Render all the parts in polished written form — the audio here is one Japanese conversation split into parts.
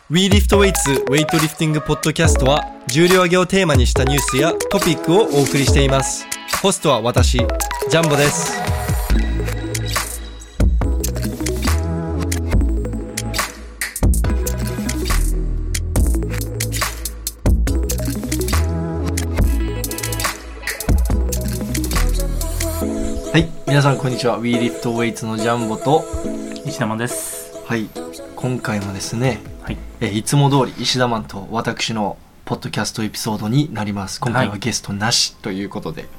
We Lift Weights ウェイトリフティングポッドキャストは重量挙げをテーマにしたニュースやトピックをお送りしています。ホストは私、ジャンボです。はい、皆さんこんにちは。 We Lift Weights のジャンボと石田マンです。 はい、今回もですね、 はい、 いつも通り石田マンと私のポッドキャストエピソードになります。今回はゲストなしということで、はい、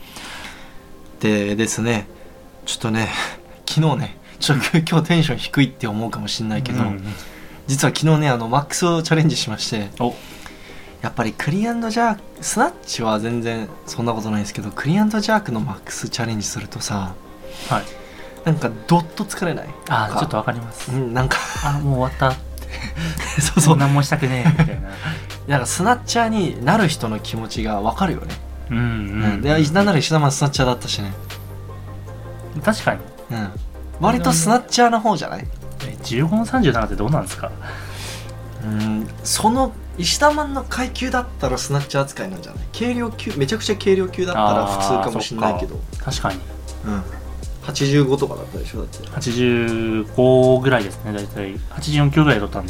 でですね、ちょっとね、昨日ね、ちょっと今日テンション低いって思うかもしれないけど、実は昨日ね、マックスをチャレンジしまして、やっぱりクリーン&ジャーク、スナッチは全然そんなことないですけど、クリーン&ジャークのマックスチャレンジするとさ、 はい、 なんかどっと疲れない？ ちょっとわかります。 なんかもう終わったってそう、 何もしたくねえみたいななんかスナッチャーになる人の気持ちがわかるよね。で、なんなら石田マンスナッチャーだったしね。 確かに、 割とスナッチャーの方じゃない？ 15の37ってどうなんですか？ その石田マンの階級だったらスナッチャー扱いなんじゃない？軽量級、めちゃくちゃ軽量級だったら普通かもしれないけど、 確かに、 85とかだったでしょ。だって 85ぐらいですね。だいたい84キロぐらい取ったんで、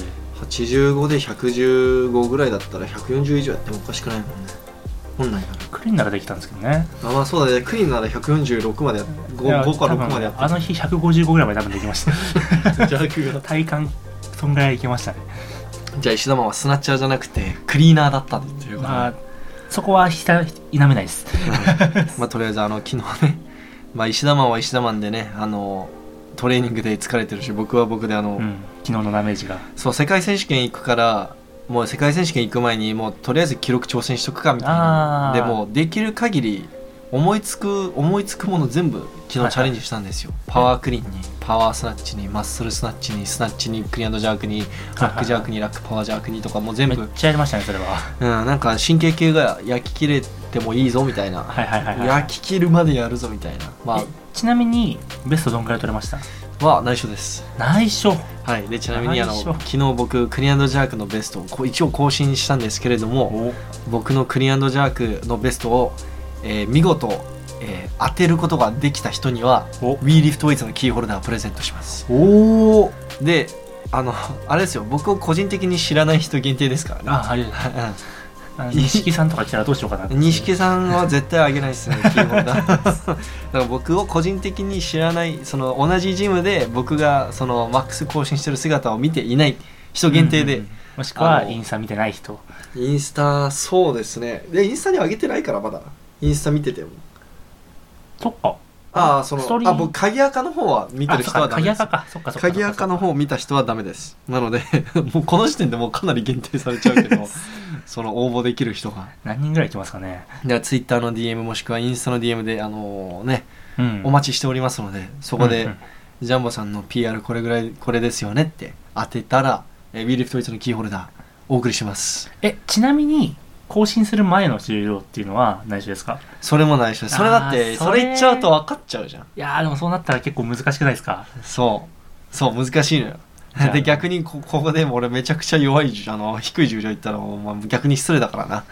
85で115ぐらいだったら140以上やってもおかしくないもんね、本来なら。 クリーンならできたんですけどね。 まあそうだね、クリーンなら146まで 5か6までやって、 あの日155ぐらいまで多分できました弱が体感そんぐらいいけましたね。 じゃあ石田マンはスナッチャーじゃなくてクリーナーだったっていうか、 そこは否めないです、 とりあえず昨日ね、石田マンは石田マンでね、トレーニングで疲れてるし、僕は僕で昨日のダメージが、 そう、世界選手権行くから、もう世界選手権行く前にもうとりあえず記録挑戦しとくかみたいな。でもできる限り思いつくもの全部昨日チャレンジしたんですよ。パワークリーンにパワースナッチにマッスルスナッチにスナッチにクリーン&ジャークにラックジャークにラックパワージャークにとか、もう全部めっちゃやりましたねそれは。 なんか神経系が焼き切れてもいいぞみたいな、焼き切るまでやるぞみたいな。 ちなみにベストどんくらい取れました？ は内緒です。 内緒。 はい。でちなみに昨日僕クリーン&ジャークのベストを一応更新したんですけれども、僕のクリーン&ジャークのベストを、見事、当てることができた人には We Lift Weights のキーホルダーをプレゼントします。であれですよ、僕を個人的に知らない人限定ですからね。 錦さんとか来たらどうしようかな。 錦さんは絶対あげないですねキーホルダーだから僕を個人的に知らない、その同じジムで僕がそのマックス更新してる姿を見ていない人限定で、 もしくはインスタ見てない人。 インスタ、そうですね。でインスタには上げてないから、まだインスタ見てても。そっか。僕鍵垢の方は見てる人はダメです。鍵垢の方を見た人はダメです。なのでもうこの時点でもうかなり限定されちゃうけどその応募できる人が何人ぐらいいきますかね。 ではツイッターの DM もしくはインスタの DM でお待ちしておりますので、そこで、ジャンボさんの PR これですよねって当てたら、We Lift Weightsのキーホルダーお送りします。 ちなみに更新する前の重量っていうのは内緒ですか？ それも内緒です。それだってそれ言っちゃうと分かっちゃうじゃん。いやでもそうなったら結構難しくないですか？ そう難しいのよ。で逆にここでも俺めちゃくちゃ弱い低い重量いったら逆に失礼だからな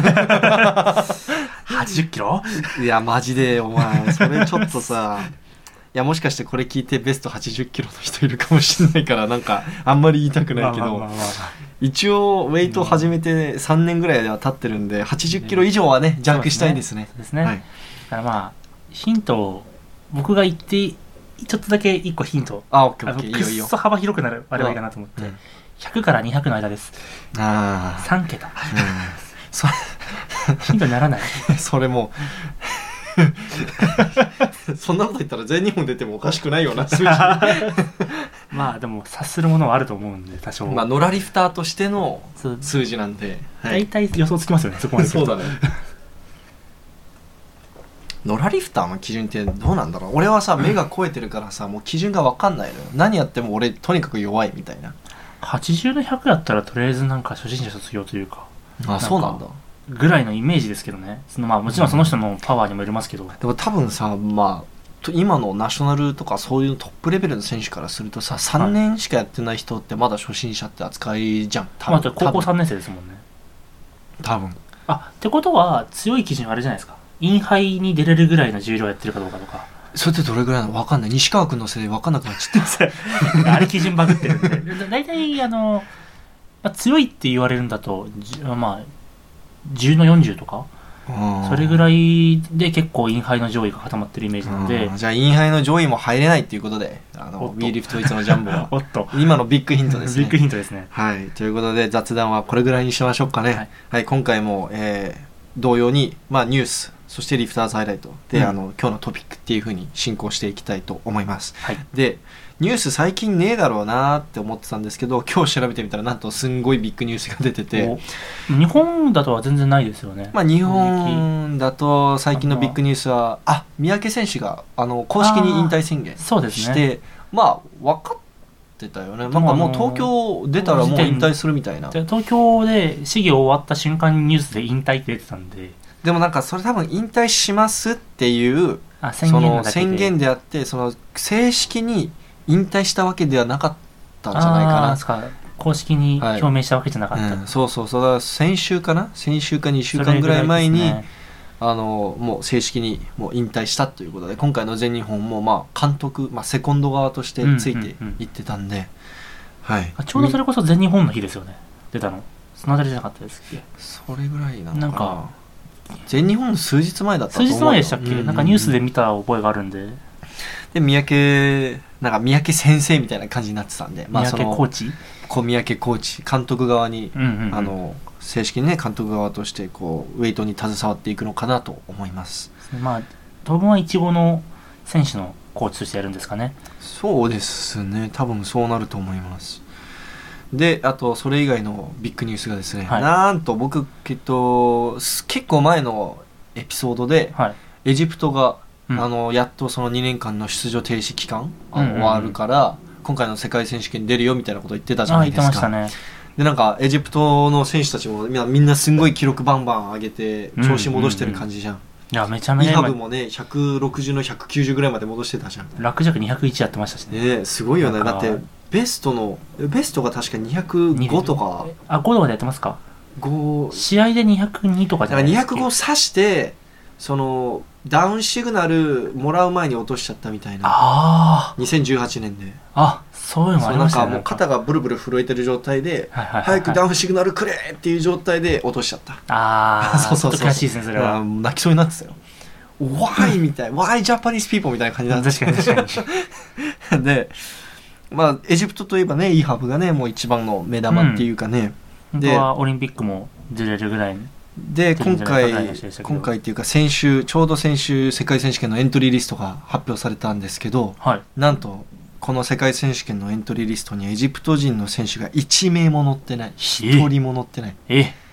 80キロ？ いやマジでお前それちょっとさいやもしかしてこれ聞いてベスト80キロの人いるかもしれないから、なんかあんまり言いたくないけど、一応ウェイトを始めて3年ぐらいでは経ってるんで、80キロ以上はねジャンクしたいですね。 そうですね、はい、だからヒントを僕が言ってちょっとだけ1個ヒント。 オッケーいいよいいよ。 くっそ幅広くなるあればいいかなと思って、100から200の間です。3桁。ヒントにならないそれもそんなこと言ったら全日本出てもおかしくないような数字でも察するものはあると思うんで多少。 ノラリフターとしての数字なんで大体予想つきますよね、そこまで。 そうだねノラリフターの基準ってどうなんだろう。俺はさ目が超えてるからさ、もう基準が分かんないのよ。何やっても俺とにかく弱いみたいな。 80の100だったらとりあえずなんか初心者卒業というか、 そうなんだぐらいのイメージですけどね。もちろんその人のパワーにもよりますけど、 でも多分さ今のナショナルとかそういうトップレベルの選手からするとさ、3年しかやってない人ってまだ初心者って扱いじゃん。 まあ、高校3年生ですもんね。 多分。 ってことは強い基準あれじゃないですか。インハイに出れるぐらいの重量やってるかどうかとか。 それってどれぐらいなの？分かんない。西川君のせいで分かんなくなっちゃったあれ基準バグってるんで。大体強いって言われるんだと、まあ10の40とか。それぐらいで結構インハイの上位が固まってるイメージなので、 じゃあインハイの上位も入れないっていうことで、ウィーリフトイツのジャンボはおっと今のビッグヒントですね。 ビッグヒントですね。 はい、ということで雑談はこれぐらいにしましょうかね。 はい、 はい、今回も、同様に、まあ、ニュースそしてリフターズハイライトで、今日のトピックっていう風に進行していきたいと思います。 はい、 でニュース最近ねえだろうなって思ってたんですけど、今日調べてみたらなんとすんごいビッグニュースが出てて、 日本だとは全然ないですよね。 まあ、日本だと最近のビッグニュースは三宅選手が公式に引退宣言して、ね、まあ分かってたよね。なんかもう東京出たらもう引退するみたいな。 東京で試技終わった瞬間にニュースで引退って出てたんで、 でもなんかそれ多分引退しますっていうその宣言であって、その正式に引退したわけではなかったんじゃないかな。 公式に表明したわけじゃなかった、 そうそうそう。だから先週か2週間ぐらい前に、ね、もう正式にもう引退したということで、今回の全日本もまあ監督、セコンド側としてついていってたんで、はい、 ちょうどそれこそ全日本の日ですよね、出たの。そのあたりじゃなかったですっけ？ それぐらいなのかな。全日本の数日前だったと思うよ。 数日前でしたっけ？なんかニュースで見た覚えがあるんで。 で三宅先生みたいな感じになってたんで、 三宅コーチ、 三宅コーチ監督側に、正式にね監督側としてこうウェイトに携わっていくのかなと思います。 まあ当分はイチゴの選手のコーチとしてやるんですかね。 そうですね、多分そうなると思います。であとそれ以外のビッグニュースがですね、はい、なんと僕、結構前のエピソードで、はい、エジプトがやっとその2年間の出場停止期間終わるから、今回の世界選手権出るよみたいなこと言ってたじゃないですか。 言ってましたね。 でなんかエジプトの選手たちもみんなすんごい記録バンバン上げて調子戻してる感じじゃん。 いやめちゃめちゃイハブもね160の190ぐらいまで戻してたじゃん。 落弱201やってましたしね。すごいよね。だってベストが確か205とか 5とかでやってますか。試合で202とかじゃないですか。 205刺してそのダウンシグナルもらう前に落としちゃったみたいな。2018年で。 そういうのもありましたね。 なんかもう肩がブルブル震えてる状態で、早くダウンシグナルくれっていう状態で落としちゃった。 そうちょっと悔しいですねそれは。 泣きそうになってたよ。Why みたいな。Why Japanese people みたいな感じだった。 確かにで、エジプトといえばね、イハブがねもう一番の目玉っていうかね。 本当はオリンピックも出れるぐらいで今回っていうかちょうど先週世界選手権のエントリーリストが発表されたんですけど、なんとこの世界選手権のエントリーリストにエジプト人の選手が1名も載ってない。1人も載ってない。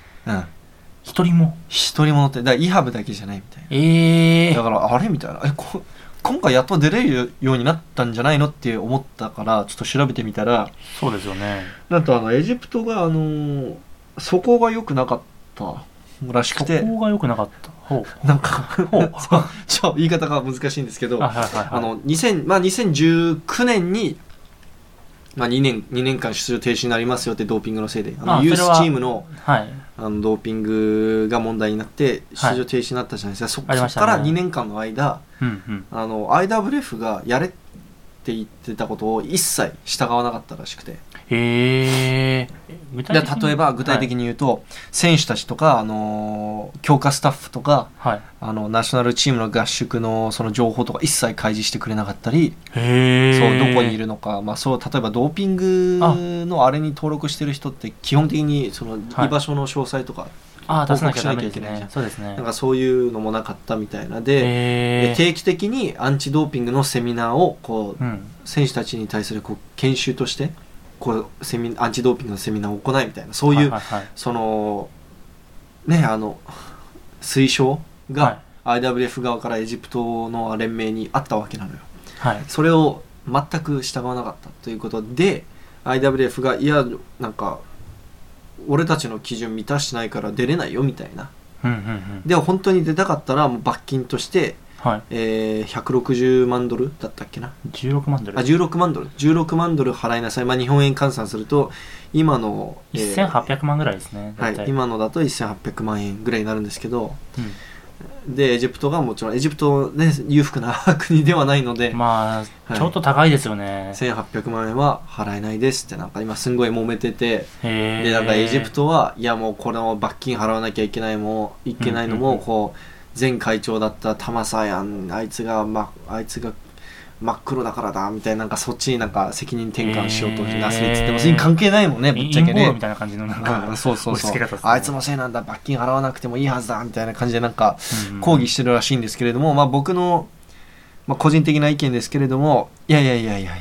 1人も載ってない。だからイハブだけじゃないみたいな。だからあれみたいな、今回やっと出れるようになったんじゃないのって思ったからちょっと調べてみたら、 そうですよね。 なんとエジプトが素行が良くなかったらしくて。 素行が良くなかった。 なんか言い方が難しいんですけど、2019年に、2年間出場停止になりますよってドーピングのせいで、ユースチームの、ドーピングが問題になって出場停止になったじゃないですか。そこから2年間の間、IWF がやれって言ってたことを一切従わなかったらしくて。例えば具体的に言うと、選手たちとか、強化スタッフとか、ナショナルチームの合宿のその情報とか一切開示してくれなかったり、どこにいるのか、例えばドーピングのあれに登録してる人って基本的にその居場所の詳細とか報告しなきゃいけないじゃん。 そうですね。 なんかそういうのもなかったみたいなで、定期的にアンチドーピングのセミナーを選手たちに対する研修としてアンチドーピングのセミナーを行いみたいな、そういう、そのね推奨が IWF 側からエジプトの連盟にあったわけなのよ。それを全く従わなかったということで IWF がなんか俺たちの基準満たしてないから出れないよみたいな。で本当に出たかったらもう罰金としてはい、 160万ドルだったっけな。 16万ドル。 16万ドル。16万ドル払いなさい。まあ、日本円換算すると、今の、 1800万ぐらいですね。 はい、今のだと1800万円ぐらいになるんですけど、で、エジプトがもちろん、エジプトね、裕福な国ではないので、 まあ、ちょっと高いですよね。 1800万円は払えないですって、なんか今すんごい揉めてて、で、なんかエジプトは、いやもうこれを罰金払わなきゃいけないのも、こう、前会長だったタマサヤン、あいつが真っ黒だからだみたいな、なんかそっちになんか責任転換しようとなすりつっても、それに関係ないもんね、ぶっちゃけね。 みたいな感じのなんか、 そう、あいつのせいなんだ、罰金払わなくてもいいはずだみたいな感じでなんか抗議してるらしいんですけれども、まあ僕の、まあ、個人的な意見ですけれども、いや、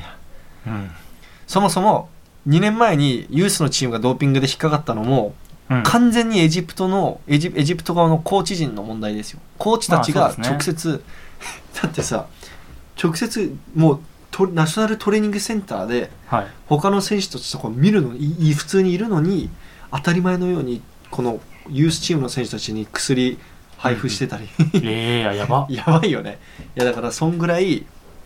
そもそも2年前にユースのチームがドーピングで引っかかったのも、完全にエジプト側のコーチ陣の問題ですよ。コーチたちが直接、だってさ、直接もうナショナルトレーニングセンターで他の選手たちとか見るのに普通にいるのに、当たり前のようにこのユースチームの選手たちに薬配布してたり、 やばいよね。いやだからそんぐらい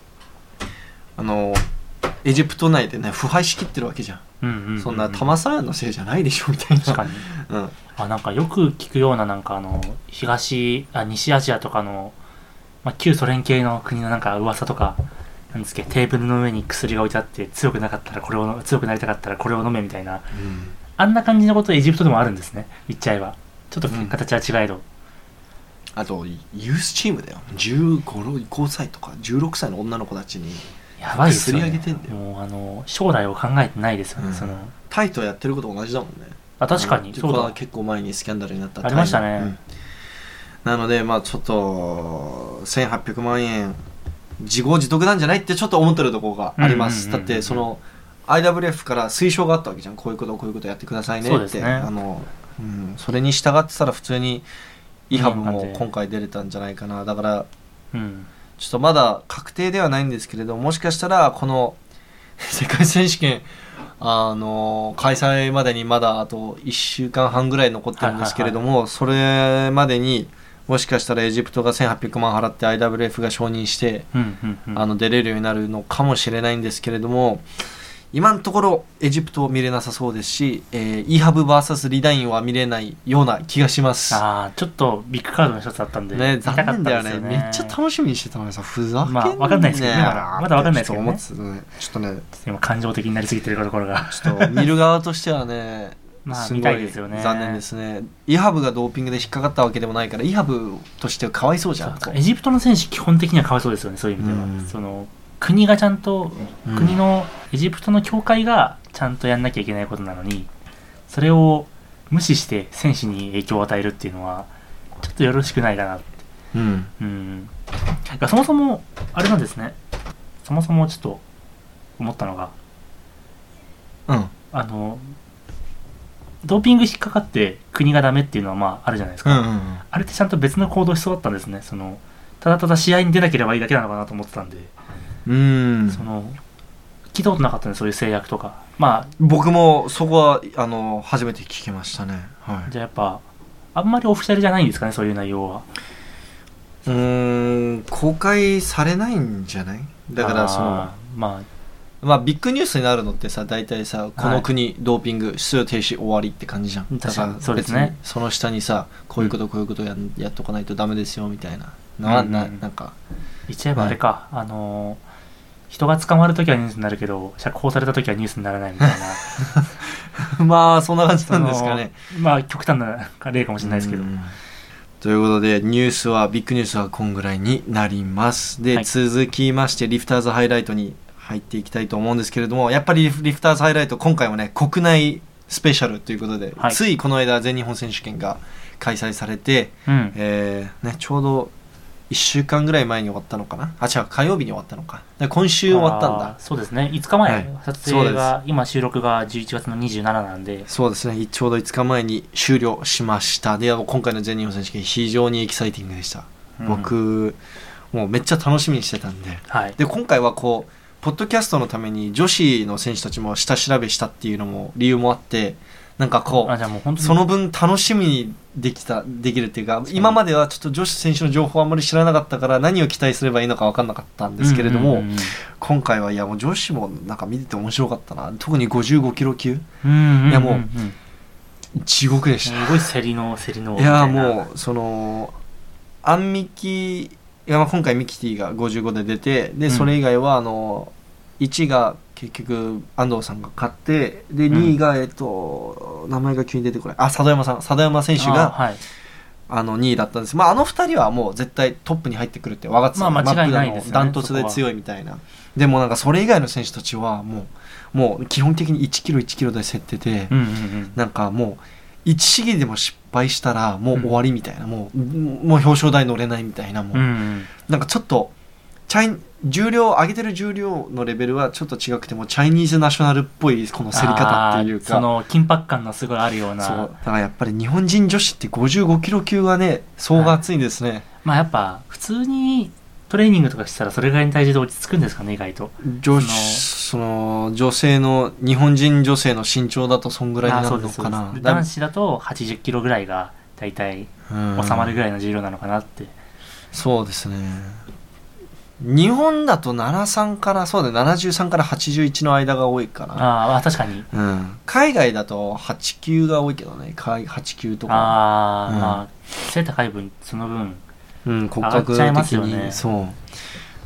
エジプト内でね腐敗しきってるわけじゃん。そんなタマサーヤンのせいじゃないでしょみたいな。 確かに、なんかよく聞くような、なんか西アジアとかの、まあ、旧ソ連系の国のなんか噂とかなんですけど、テーブルの上に薬が置いてあって、強くなりたかったらこれを飲めみたいな、あんな感じのことエジプトでもあるんですね、言っちゃえば。ちょっと形は違えど、 あとユースチームだよ。15歳とか16歳の女の子たちにやばいですよね。 薬あげてんだよ。 もう将来を考えてないですよね、 タイとやってること同じだもんね。 確かにそうだ。 結構前にスキャンダルになったありましたね。 なのでまあちょっと1800万円自業自得なんじゃないってちょっと思ってるところがあります。だってその IWF から推奨があったわけじゃん。こういうことやってくださいねって。 そうですね。 それに従ってたら普通にイハブも今回出れたんじゃないかな。だから、ちょっとまだ確定ではないんですけれども、もしかしたらこの世界選手権開催までにまだあと1週間半ぐらい残ってるんですけれども、それまでにもしかしたらエジプトが1800万払って IWF が承認して、出れるようになるのかもしれないんですけれども、今のところエジプトを見れなさそうですし、イハブ VS リダインは見れないような気がします。 ちょっとビッグカードの一つだったんで、 ね、残念だよね。めっちゃ楽しみにしてたのにさ、ふざけんなよ。 分かんないですけどね、まだ分かんないですけどね。 ちょっとね、 今感情的になりすぎてるところがちょっと見る側としてはね見たいですよね。 残念ですね。イハブがドーピングで引っかかったわけでもないから、イハブとしてはかわいそうじゃん。 エジプトの選手基本的にはかわいそうですよね、そういう意味では。その国がちゃんと、国のエジプトの協会がちゃんとやんなきゃいけないことなのに、それを無視して選手に影響を与えるっていうのはちょっとよろしくないかなって。そもそもあれなんですね。そもそもちょっと思ったのが、ドーピング引っかかって国がダメっていうのはまああるじゃないですか。あれってちゃんと別の行動しそうだったんですね。ただただ試合に出なければいいだけなのかなと思ってたんで。聞いたことなかったね、そういう制約とか。 僕もそこは初めて聞きましたね。 じゃあやっぱあんまりオフィシャルじゃないんですかね、そういう内容は。 公開されないんじゃない？だからビッグニュースになるのってさ、大体さ、この国、ドーピング出場停止終わりって感じじゃん。だからそうですね。 その下にさ、こういうことやっとかないとダメですよみたいななんか言っちゃえばあれか、人が捕まるときはニュースになるけど釈放されたときはニュースにならないみたいなそんな感じなんですかね。 極端な例かもしれないですけど。 ということでビッグニュースはこんぐらいになります。で、続きましてリフターズハイライトに入っていきたいと思うんですけれども、やっぱりリフターズハイライト今回もね国内スペシャルということで、ついこの間全日本選手権が開催されて、ちょうど1週間ぐらい前に終わったのかな。火曜日に終わったのか。今週終わったんだ。 そうですね、5日前、撮影が今収録が11月の27なんで、 そうですね、ちょうど5日前に終了しました。で、今回の全日本選手権非常にエキサイティングでした。僕もうめっちゃ楽しみにしてたんで、で今回はポッドキャストのために女子の選手たちも下調べしたっていうのも理由もあって、 なんかこじゃあもう本当にうその分楽しみにできるっていうか、今まではちょっと女子選手の情報あんまり知らなかったから何を期待すればいいのか分かんなかったんですけれども、今回はいやもう女子もなんか見てて面白かったな。特に55キロ級、いやもう地獄でした。 すごい競りのいやもうそのアンミキ、いやまあ今回ミキティが55で出て、でそれ以外は1が結局安藤さんが勝って、で2位が名前が急に出てこない、佐渡山選手が2位だったんです。まああの2人はもう絶対トップに入ってくるって分かってた、 まあ間違いないですね、 ダントツで強いみたいな。でもなんかそれ以外の選手たちはもう基本的に1キロ1キロで競ってて、なんかもう1試技でも失敗したらもう終わりみたいな、もう表彰台乗れないみたいな、もうなんかちょっと重量上げてる重量のレベルはちょっと違くてもチャイニーズナショナルっぽいこの競り方っていうか、 その緊迫感のすごいあるような。 そうだからやっぱり日本人女子って55キロ級はね層が厚いんですね。 まあやっぱ普通にトレーニングとかしたらそれぐらいの体重で落ち着くんですかね、意外と。その女性の日本人女性の身長だとそんぐらいになるのかな。 男子だと80キロぐらいがだいたい収まるぐらいの重量なのかなって。 そうですね。日本だと73からそうだ73から81の間が多いかな。 確かに、 海外だと89が多いけどね、89とか。 まあ背高い分その分骨格的に、そう、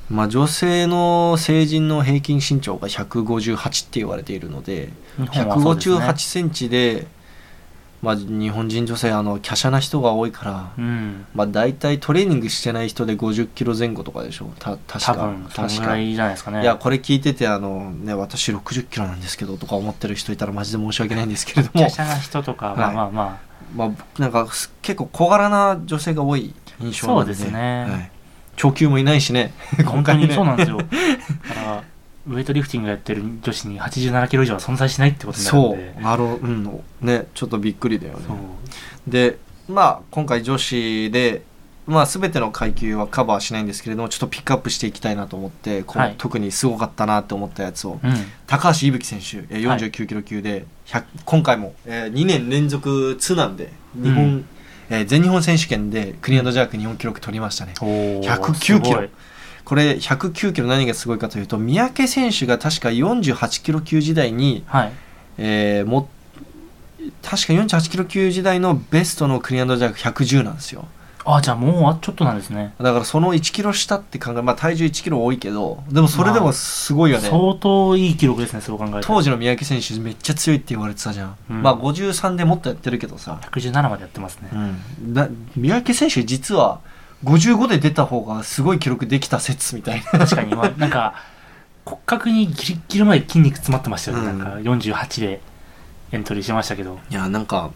まあ女性の成人の平均身長が158って言われているので、158センチで、まあ、日本人女性華奢な人が多いから、まあ大体トレーニングしてない人で50キロ前後とかでしょ、確か。 多分そのぐらいじゃないですかね。 いやこれ聞いてて私60キロなんですけどとか思ってる人いたらマジで申し訳ないんですけれども、 華奢な人とか、まあなんか結構小柄な女性が多い印象なんで。 そうですね、 長級もいないしね本当にそうなんですよ。だからウエイトリフティングやってる女子に87キロ以上は存在しないってことになるんで、 ね、ちょっとびっくりだよね。でまあ今回女子でまあ全ての階級はカバーしないんですけれども、ちょっとピックアップしていきたいなと思って、特にすごかったなと思ったやつを、高橋いぶき選手49キロ級で今回も2年連続ツなんで全日本選手権でクリアンドジャーク日本記録取りましたね。109キロ。これ109キロ何がすごいかというと、三宅選手が確か48キロ級時代に、確か48キロ級時代のベストのクリアンドジャーク110なんですよ。 じゃあもうちょっとなんですね。 だからその1キロ下って考え、まあ体重1キロ多いけど、でもそれでもすごいよね。 相当いい記録ですね、そう考えると。 当時の三宅選手めっちゃ強いって言われてたじゃん。まあ53でもっとやってるけどさ。 117までやってますね。 三宅選手実は55で出た方がすごい記録できた説みたいな。 確かに、なんか骨格にギリッギリまで筋肉詰まってましたよね。なんか48でエントリーしましたけど。 いやなんか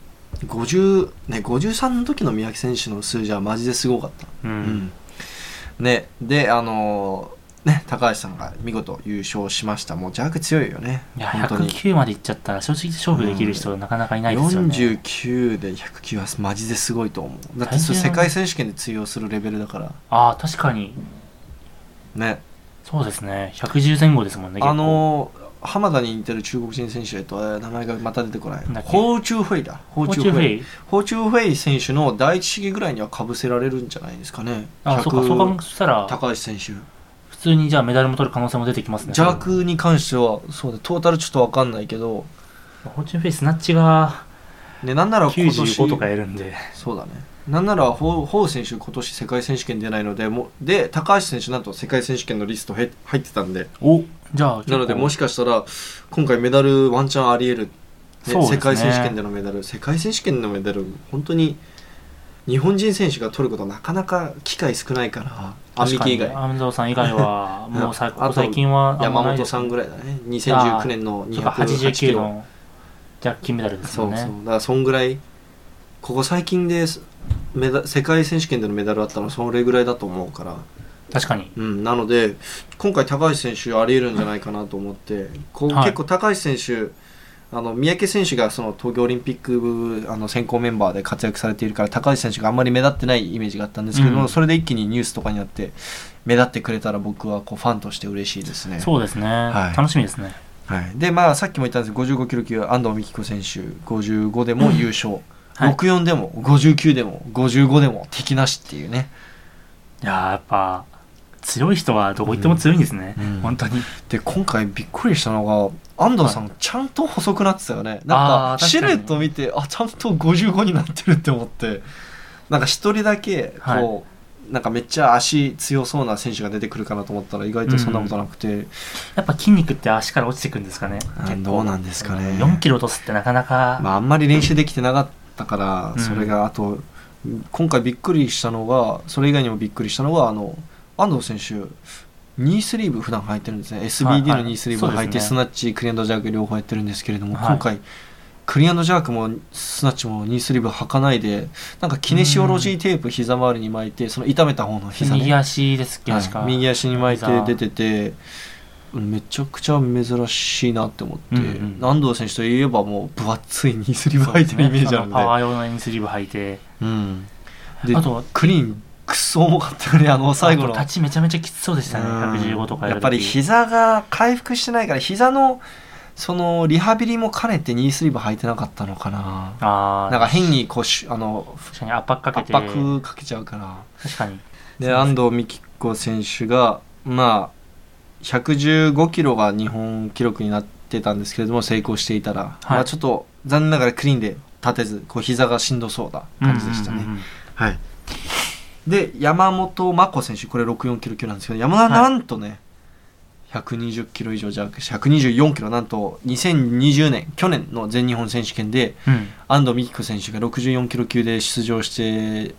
53の時の三宅選手の数字はマジですごかった。ね、で高橋さんが見事優勝しました。もうジャーク強いよね。 いや109までいっちゃったら正直勝負できる人はなかなかいないですよね。 49で109はマジですごいと思う。だってそれ世界選手権で通用するレベルだから。 確かにね。 そうですね。110前後ですもんね。 浜田に似てる中国人選手名前がまた出てこない。ホウチュウフェイだ。ホウチュウフェイ選手の第一試技ぐらいにはかぶせられるんじゃないですかね。 そうしたら高橋選手普通にじゃあメダルも取る可能性も出てきますね。 ジャークに関してはそうでトータルちょっと分かんないけど、 ホウチュウフェイスナッチがなんなら今年 95とかやるんで。そうだね。 なんならホウ選手今年世界選手権出ないので高橋選手なんと世界選手権のリスト入ってたんで、 じゃあなのでもしかしたら今回メダルワンチャンあり得る、世界選手権でのメダル、世界選手権のメダル本当に日本人選手が取ることはなかなか機会少ないから、アンミキ以外、 安藤さん以外はもう最近は山本さんぐらいだね。2019年の208キロのじゃ金メダルですよね。 そうだからそんぐらいここ最近で世界選手権でのメダルあったのはそれぐらいだと思うから。 確かに、 なので今回高橋選手あり得るんじゃないかなと思って結構高橋選手三宅選手がその東京オリンピック選考メンバーで活躍されているから高橋選手があんまり目立ってないイメージがあったんですけども、それで一気にニュースとかになって目立ってくれたら僕はファンとして嬉しいですね。 そうですね、楽しみですね。 はい、でまあさっきも言ったんですけど55キロ級安藤美希子選手55でも優勝、はい、64でも59でも55でも敵なしっていうね。 いややっぱ強い人はどこ行っても強いんですね、本当に。 で今回びっくりしたのが安藤さん、はい、ちゃんと細くなってたよね。なんかシルエット見てちゃんと55になってるって思って、なんか一人だけこう、はい、なんかめっちゃ足強そうな選手が出てくるかなと思ったら意外とそんなことなくて、 やっぱ筋肉って足から落ちてくるんですかね。 どうなんですかね。 4キロ落とすってなかなか、 あんまり練習できてなかったから、それがあと今回びっくりしたのが、それ以外にもびっくりしたのが安藤選手ニースリーブ普段履いてるんですね。 SBD のニースリーブを履いて、スナッチクリアンドジャーク両方やってるんですけれども、今回クリアンドジャークもスナッチもニースリーブ履かないで、なんかキネシオロジーテープ膝周りに巻いて、その痛めた方の膝、 右足ですっけ、確か右足に巻いて出てて、めちゃくちゃ珍しいなって思って、安藤選手といえばもう分厚いニースリーブ履いてるイメージあるので、 パワー用のニースリーブ履いて、 であとクリーンくっそ重かったよね。最後の立ちめちゃめちゃきつそうでしたね。115とかやっぱり膝が回復してないから、膝のそのリハビリも兼ねてニースリーブ履いてなかったのかな。なんか変にこう確かに圧迫かけちゃうから。 確かに。 で安藤美希子選手がまあ115キロが日本記録になってたんですけれども、成功していたら、まあちょっと残念ながらクリーンで立てず、こう膝がしんどそうな感じでしたね。はい。で山本真子選手、これ64キロ級なんですけど、なんとね、120キロ以上ジャークして124キロ、なんと2020年去年の全日本選手権で、安藤美希子選手が64キロ級で出場して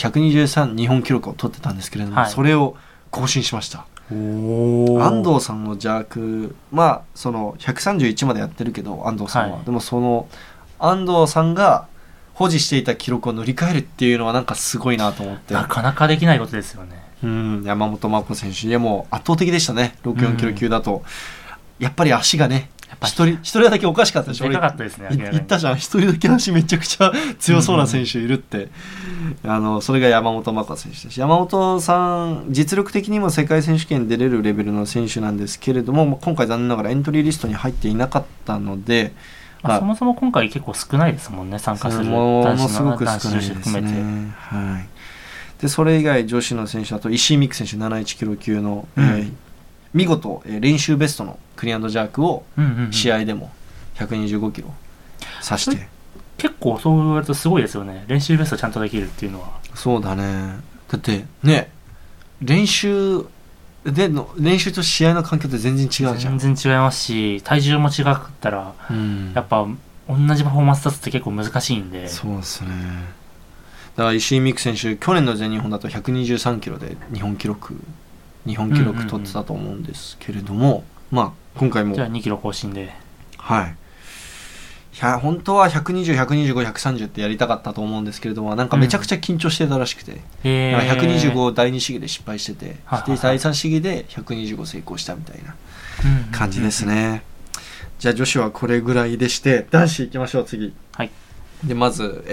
123日本記録を取ってたんですけれども、それを更新しました。安藤さんのジャーク、まあその131までやってるけど安藤さんは、でもその安藤さんが保持していた記録を塗り替えるっていうのはなんかすごいなと思って、 なかなかできないことですよね。 山本真子選手でも圧倒的でしたね。64キロ級だと、やっぱり足がね、一人だけおかしかったでしょ。 でかかったですね。 言ったじゃん、一人だけ足めちゃくちゃ強そうな選手いるって、それが山本真子選手です。山本さん実力的にも世界選手権出れるレベルの選手なんですけれども、今回残念ながらエントリーリストに入っていなかったので、 そもそも今回結構少ないですもんね、参加するものすごく少ないですね。はい。でそれ以外女子の選手だと石井美空選手71キロ級の、見事、練習ベストのクリアンドジャークを試合でも125キロ指して、 結構そう言われるとすごいですよね。練習ベストちゃんとできるっていうのは。 そうだね。だってね、練習と試合の環境って全然違うじゃん。 全然違いますし、体重も違ったら、やっぱ同じパフォーマンス出すって結構難しいんで。 そうですね。だから石井美空選手、去年の全日本だと123キロで日本記録取ってたと思うんですけれども、まあ今回もじゃあ2キロ更新で、 はい、本当は120、125、130ってやりたかったと思うんですけれども、なんかめちゃくちゃ緊張してたらしくて、125第2試技で失敗してて、で第3試技で125成功したみたいな感じですね。じゃあ女子はこれぐらいでして、男子いきましょう。次、 はい、 でまず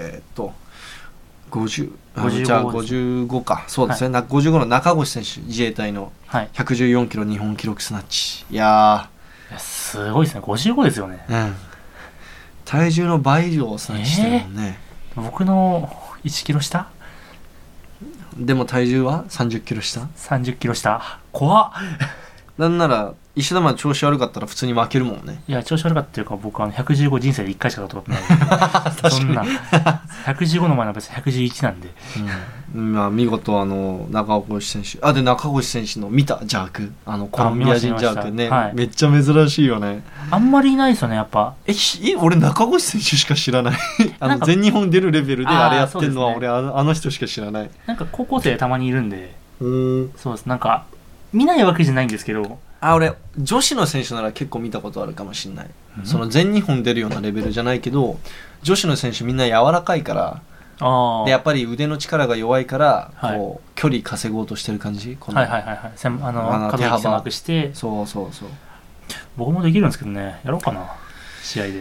じゃあ55か、そうですね、55の中越選手、自衛隊の114キロ日本記録スナッチ、いやすごいですね。55ですよね。 体重の倍以上スナッチしてるもんね。 僕の1キロ下でも体重は30キロ下、 30キロ下、怖っ。 なんなら石田マン調子悪かったら普通に負けるもんね。 いや調子悪かったっていうか、僕115人生で1回しか取ったことないそんな115の前の別に111なんで、 まあ、見事中越選手で中越選手の見たジャーク、コロンビア人ジャークね、めっちゃ珍しいよね。 あんまりいないですよね、やっぱ。 俺中越選手しか知らない全日本出るレベルであれやってるのは、俺あの人しか知らない。 なんか高校生たまにいるんで、そうです。なんか見ないわけじゃないんですけど、 俺女子の選手なら結構見たことあるかもしれない、その全日本出るようなレベルじゃないけど、女子の選手みんな柔らかいから、でやっぱり腕の力が弱いから、こう距離稼ごうとしてる感じ、この手幅狭くして。 そう僕もできるんですけどね、やろうかな試合で。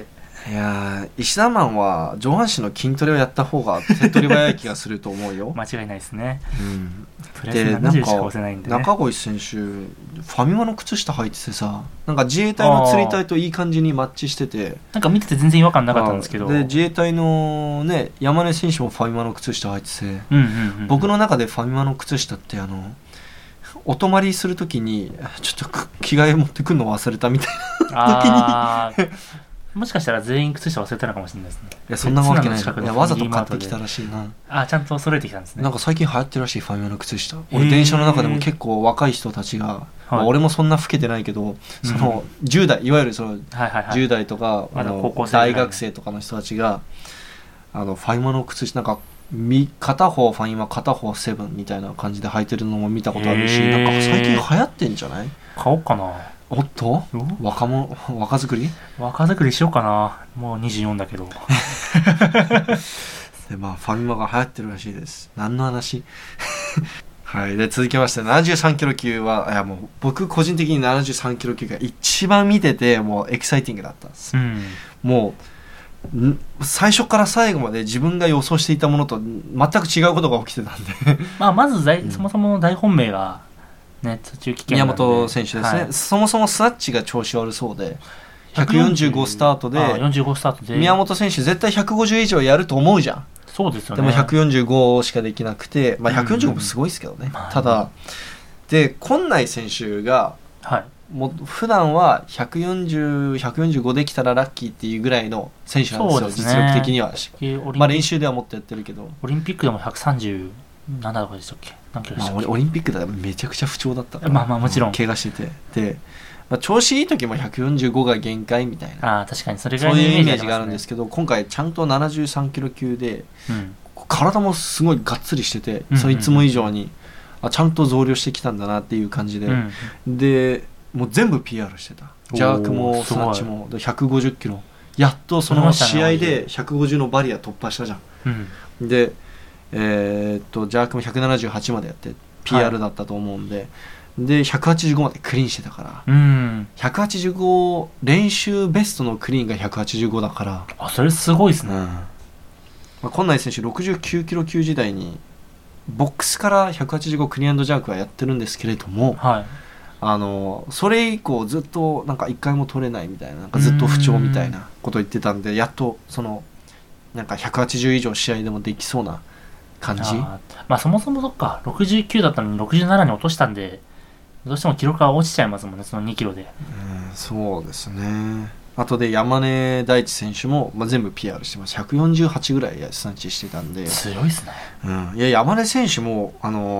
いや石田マンは上半身の筋トレをやった方が手っ取り早い気がすると思うよ間違いないですね。プラスで 70しか押せないんでね。 中越選手ファミマの靴下履いててさ、なんか自衛隊の釣り隊といい感じにマッチしてて、 なんか見てて全然違和感なかったんですけど。 で自衛隊のね山根選手もファミマの靴下履いてて、 うんうんうん、 僕の中でファミマの靴下ってお泊まりするときにちょっと着替え持ってくるの忘れたみたいな時にもしかしたら全員靴下忘れたのかもしれないですね。 いやそんなわけない。いやわざと買ってきたららしいな。 ちゃんと揃えてきたんですね。 なんか最近流行ってるらしいファミマの靴下。俺電車の中でも結構若い人たちが、まあ、俺もそんな老けてないけど、その10代いわゆるその10代とか、大学生とかの人たちがファミマの靴下なんか片方ファミマ片方セブンみたいな感じで履いてるのも見たことあるし、なんか最近流行ってんじゃない？ 買おうかな。 おっと若作りしようかな。もう24だけどでまあファミマが流行ってるらしいです。何の話はい。で続きまして73キロ級は、いやもう僕個人的に73キロ級が一番見ててもうエキサイティングだったんです、もう最初から最後まで自分が予想していたものと全く違うことが起きてたんでまずそもそもの大本命がね、途中棄権宮本選手ですね、そもそもスナッチが調子悪そうで145スタートで 45スタートで宮本選手絶対150以上やると思うじゃん。 そうですよね。 でも145しかできなくて、145もすごいですけどね、ただで今内選手が、もう普段は145できたらラッキーっていうぐらいの選手なんですよ、実力的には。練習ではもっとやってるけど、 オリンピックでも137とかでしたっけ？何キロでしたっけ？ オリンピックではめちゃくちゃ不調だったから、 もちろん怪我しててで、調子いい時も145が限界みたいな、 確かにそういうイメージがあるんですけど、今回ちゃんと73キロ級で、体もすごいがっつりしてて、そいつも以上にちゃんと増量してきたんだなっていう感じで、でもう全部 PR してた。ジャークもスナッチも150キロ、やっとその試合で150のバリア突破したじゃん、でジャークも178までやって PR だったと思うんで、で185までクリーンしてたから、185練習ベストのクリーンが185だから、 それすごいですね。 今内選手69キロ級時代にボックスから185クリーン&ジャークはやってるんですけれども、それ以降ずっとなんか1回も取れないみたいな、なんかずっと不調みたいなこと言ってたんで、やっとそのなんか180以上試合でもできそうな感じ。 そもそもそっか69だったのに67に落としたんで、どうしても記録が落ちちゃいますもんね、その2キロで。 そうですね。あとで山根大地選手も、全部 PR してます。148ぐらいスナッチしてたんで強いですね。 いや山根選手も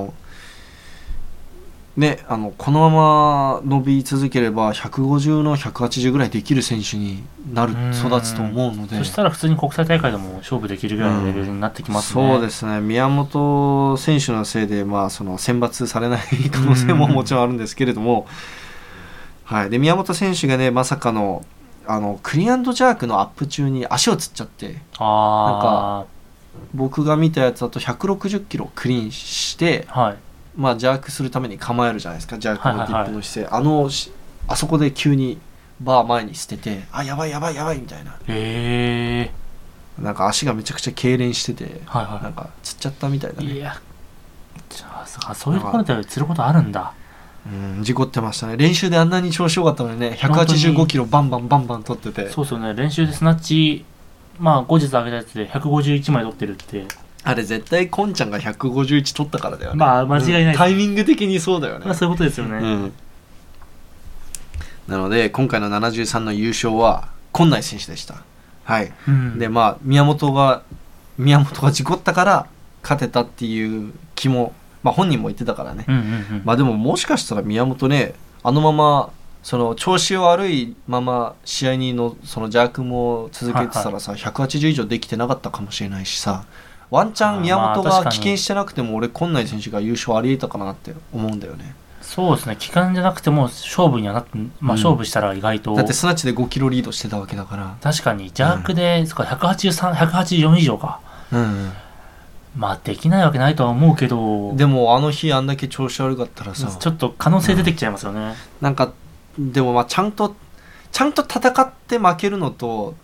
このまま伸び続ければ150の180ぐらいできる選手になる育つと思うので、 そしたら普通に国際大会でも勝負できるぐらいのレベルになってきますね。 そうですね。宮本選手のせいで、その選抜されない可能性ももちろんあるんですけれども、で宮本選手がね、まさかのクリーン&ジャークのアップ中に足をつっちゃって、なんか僕が見たやつだと160キロクリーンして、ジャークするために構えるじゃないですか、ジャークのディップの姿勢、あそこで急にバー前に捨てて、やばいやばいやばいみたいな、なんか足がめちゃくちゃ痙攣してて、なんかつっちゃったみたいだね。 いや、そういうところでつることあるんだ。 事故ってましたね。練習であんなに調子良かったのにね、185キロバンバンバンバン取ってて。 そうですよね。練習でスナッチ後日上げたやつで151枚取ってるって、 あれ絶対コンちゃんが151取ったからだよね。 間違いないです。 タイミング的にそうだよね。 そういうことですよね。 なので今回の73の優勝は今内選手でした。で宮本が事故ったから勝てたっていう気も、本人も言ってたからね。でももしかしたら宮本ね、あのままその調子悪いまま試合にそのジャークも続けてたらさ、180以上できてなかったかもしれないしさ、ワンチャン宮本が棄権してなくても俺今内選手が優勝ありえたかなって思うんだよね。 そうですね。期間じゃなくても勝負にはなって、勝負したら意外と、 だってスナッチで5キロリードしてたわけだから。 確かにジャークで、183、184以上か。できないわけないとは思うけど、 でもあの日あんだけ調子悪かったらさ、 ちょっと可能性出てきちゃいますよね。 なんかでもちゃんと戦って負けるのと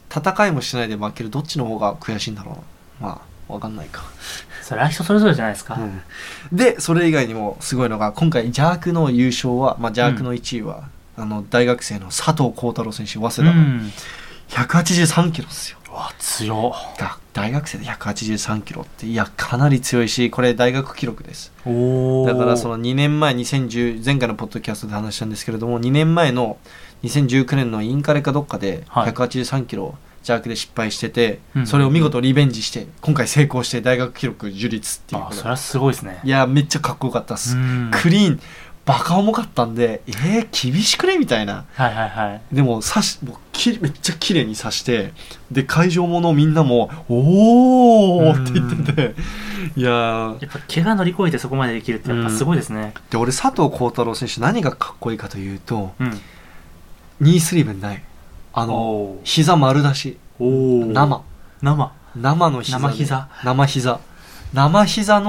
戦いもしないで負けるどっちの方が悔しいんだろうな。まあわかんないか。 それは人それぞれじゃないですか。 でそれ以外にもすごいのが今回ジャークの優勝は、まあ、ジャークの1位は、大学生の佐藤幸太郎選手早稲田の183キロですよ。 わ強大学生で183キロっていやかなり強いし、これ大学記録です。 おだからその2年前2010前回のポッドキャストで話したんですけれども、2年前の2019年のインカレかどっかで183キロジャークで失敗してて、それを見事リベンジして今回成功して大学記録樹立っていう。 それはすごいですね。 いやめっちゃかっこよかったっす。クリーンバカ重かったんで厳しくねみたいな、でももうめっちゃ綺麗に刺して、で会場ものみんなもおーって言ってて、いやっぱ怪我乗り越えてそこまでできるってやっぱすごいですね。 で俺佐藤幸太郎選手何がかっこいいかというと、ニースリーブない、膝丸出し、生の膝生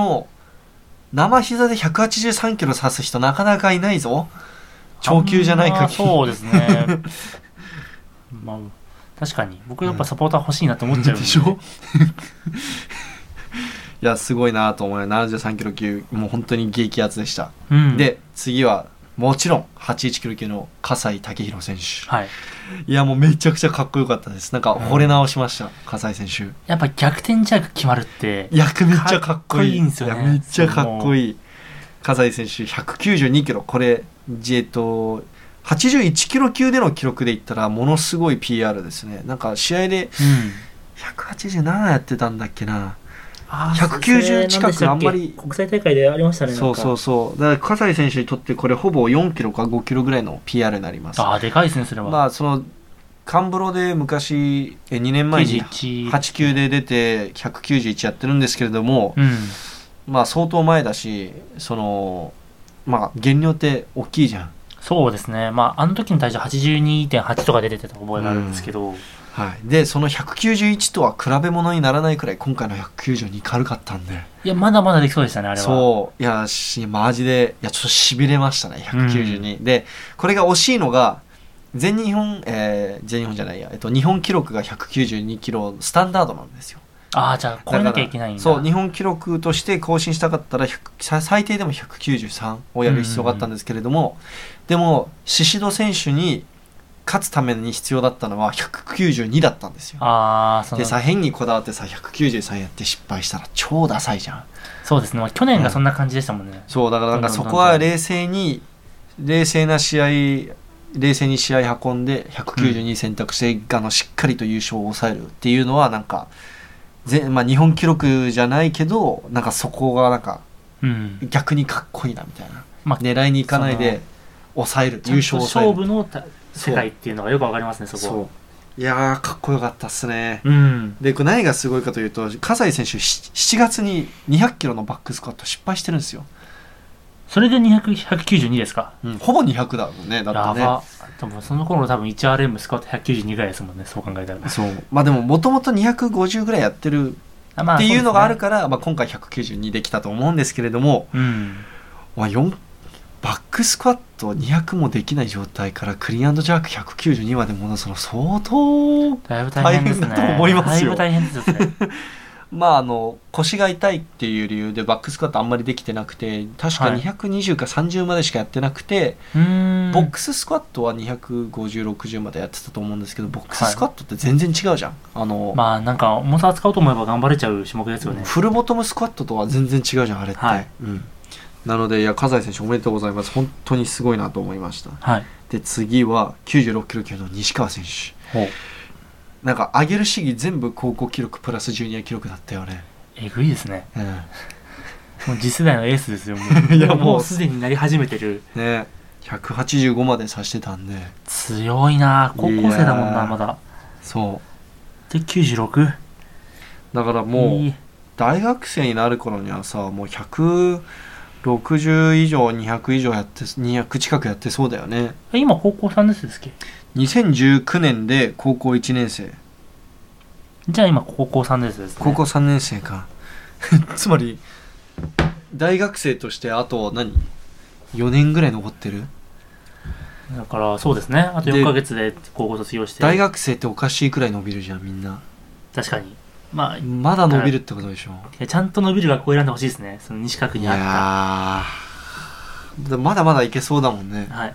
膝で183キロ刺す人なかなかいないぞ。長級じゃない限り。 そうですねまあ確かに僕やっぱサポーター欲しいなと思っちゃうんでしょいやすごいなと思うよ。73キロ級もう本当に激アツでした、で次はもちろん81キロ級の葛西武弘選手、いやもうめちゃくちゃかっこよかったです。なんか惚れ直しました、葛西選手。 やっぱ逆転ジャーク決まるってめっちゃかっこいいんですよね。 めっちゃかっこいい。葛西選手192キロ、これ81キロ級での記録で言ったらものすごい PR ですね。なんか試合で187やってたんだっけな、190近くあんまり国際大会でありましたね。 そうだから葛西選手にとってこれほぼ4キロか5キロぐらいの PR になります。 でかいですねそれは。 まあそのカンブロで昔2年前に8級で出て191やってるんですけれども、まあ相当前だし、そのまあ減量って大きいじゃん。 そうですね。まああの時の体重 82.8 とか出てた覚えがあるんですけど、 でその191とは比べ物にならないくらい今回の192軽かったんで、 いやまだまだできそうでしたねあれは。 そういやマジでちょっとしびれましたね192、でこれが惜しいのが全日本じゃないや、日本記録が192キロスタンダードなんですよ。 じゃあ超えなきゃいけないんだ。 そう日本記録として更新したかったら最低でも193をやる必要があったんですけれども、でも宍戸選手に勝つために必要だったのは192だったんですよ。でさ変にこだわってさ193やって失敗したら超ダサいじゃん。 そうですね、去年がそんな感じでしたもんね。 そうだからなんかそこは冷静に試合運んで192選択して、しっかりと優勝を抑えるっていうのはなんか日本記録じゃないけどなんかそこがなんか逆にかっこいいなみたいな、狙いに行かないで抑える、優勝を抑える、 勝負の世界っていうのがよくわかりますね。そこそういやかっこよかったっすね、でこれ何がすごいかというと葛西選手7月に200キロのバックスクワット失敗してるんですよ。 それで192ですか、 ほぼ200だもんね。だってね多分その頃多分 1RM スクワット192ぐらいですもんね、そう考えたら。 そうでももともと250ぐらいやってるっていうのがあるから、今回192できたと思うんですけれども、バックスクワット200もできない状態からクリーン&ジャーク192まで戻すの相当大変だと思いますよ。 だいぶ大変ですね腰が痛いっていう理由でバックスクワットあんまりできてなくて、確か220か30までしかやってなくて、ボックススクワットは25060までやってたと思うんですけど、ボックススクワットって全然違うじゃん。 なんか重さ扱おうと思えば頑張れちゃう種目ですよね。 フルボトムスクワットとは全然違うじゃんあれって、なので葛西選手おめでとうございます。本当にすごいなと思いました、で次は96キロ級の西川選手。なんか上げる試技全部高校記録プラスジュニア記録だったよね。 えぐいですね、もう次世代のエースですよ。いやもうすでになり始めてるね。185まで指してたんで強いな。高校生だもんなまだ。そうで96 だからもう大学生になる頃にはさもう160以上200以上やって200近くやってそうだよね。 今高校3年生ですっけ。 2019年で高校1年生。 じゃあ今高校3年生ですね。 高校3年生かつまり大学生としてあと4年ぐらい残ってる。 だからそうですね、あと4ヶ月で高校卒業して。 大学生っておかしいくらい伸びるじゃんみんな。 確かに。まあ、 まだ伸びるってことでしょ。 ちゃんと伸びる学校を選んでほしいですね、その西角にあっいやまだまだいけそうだもんね。 た。はい。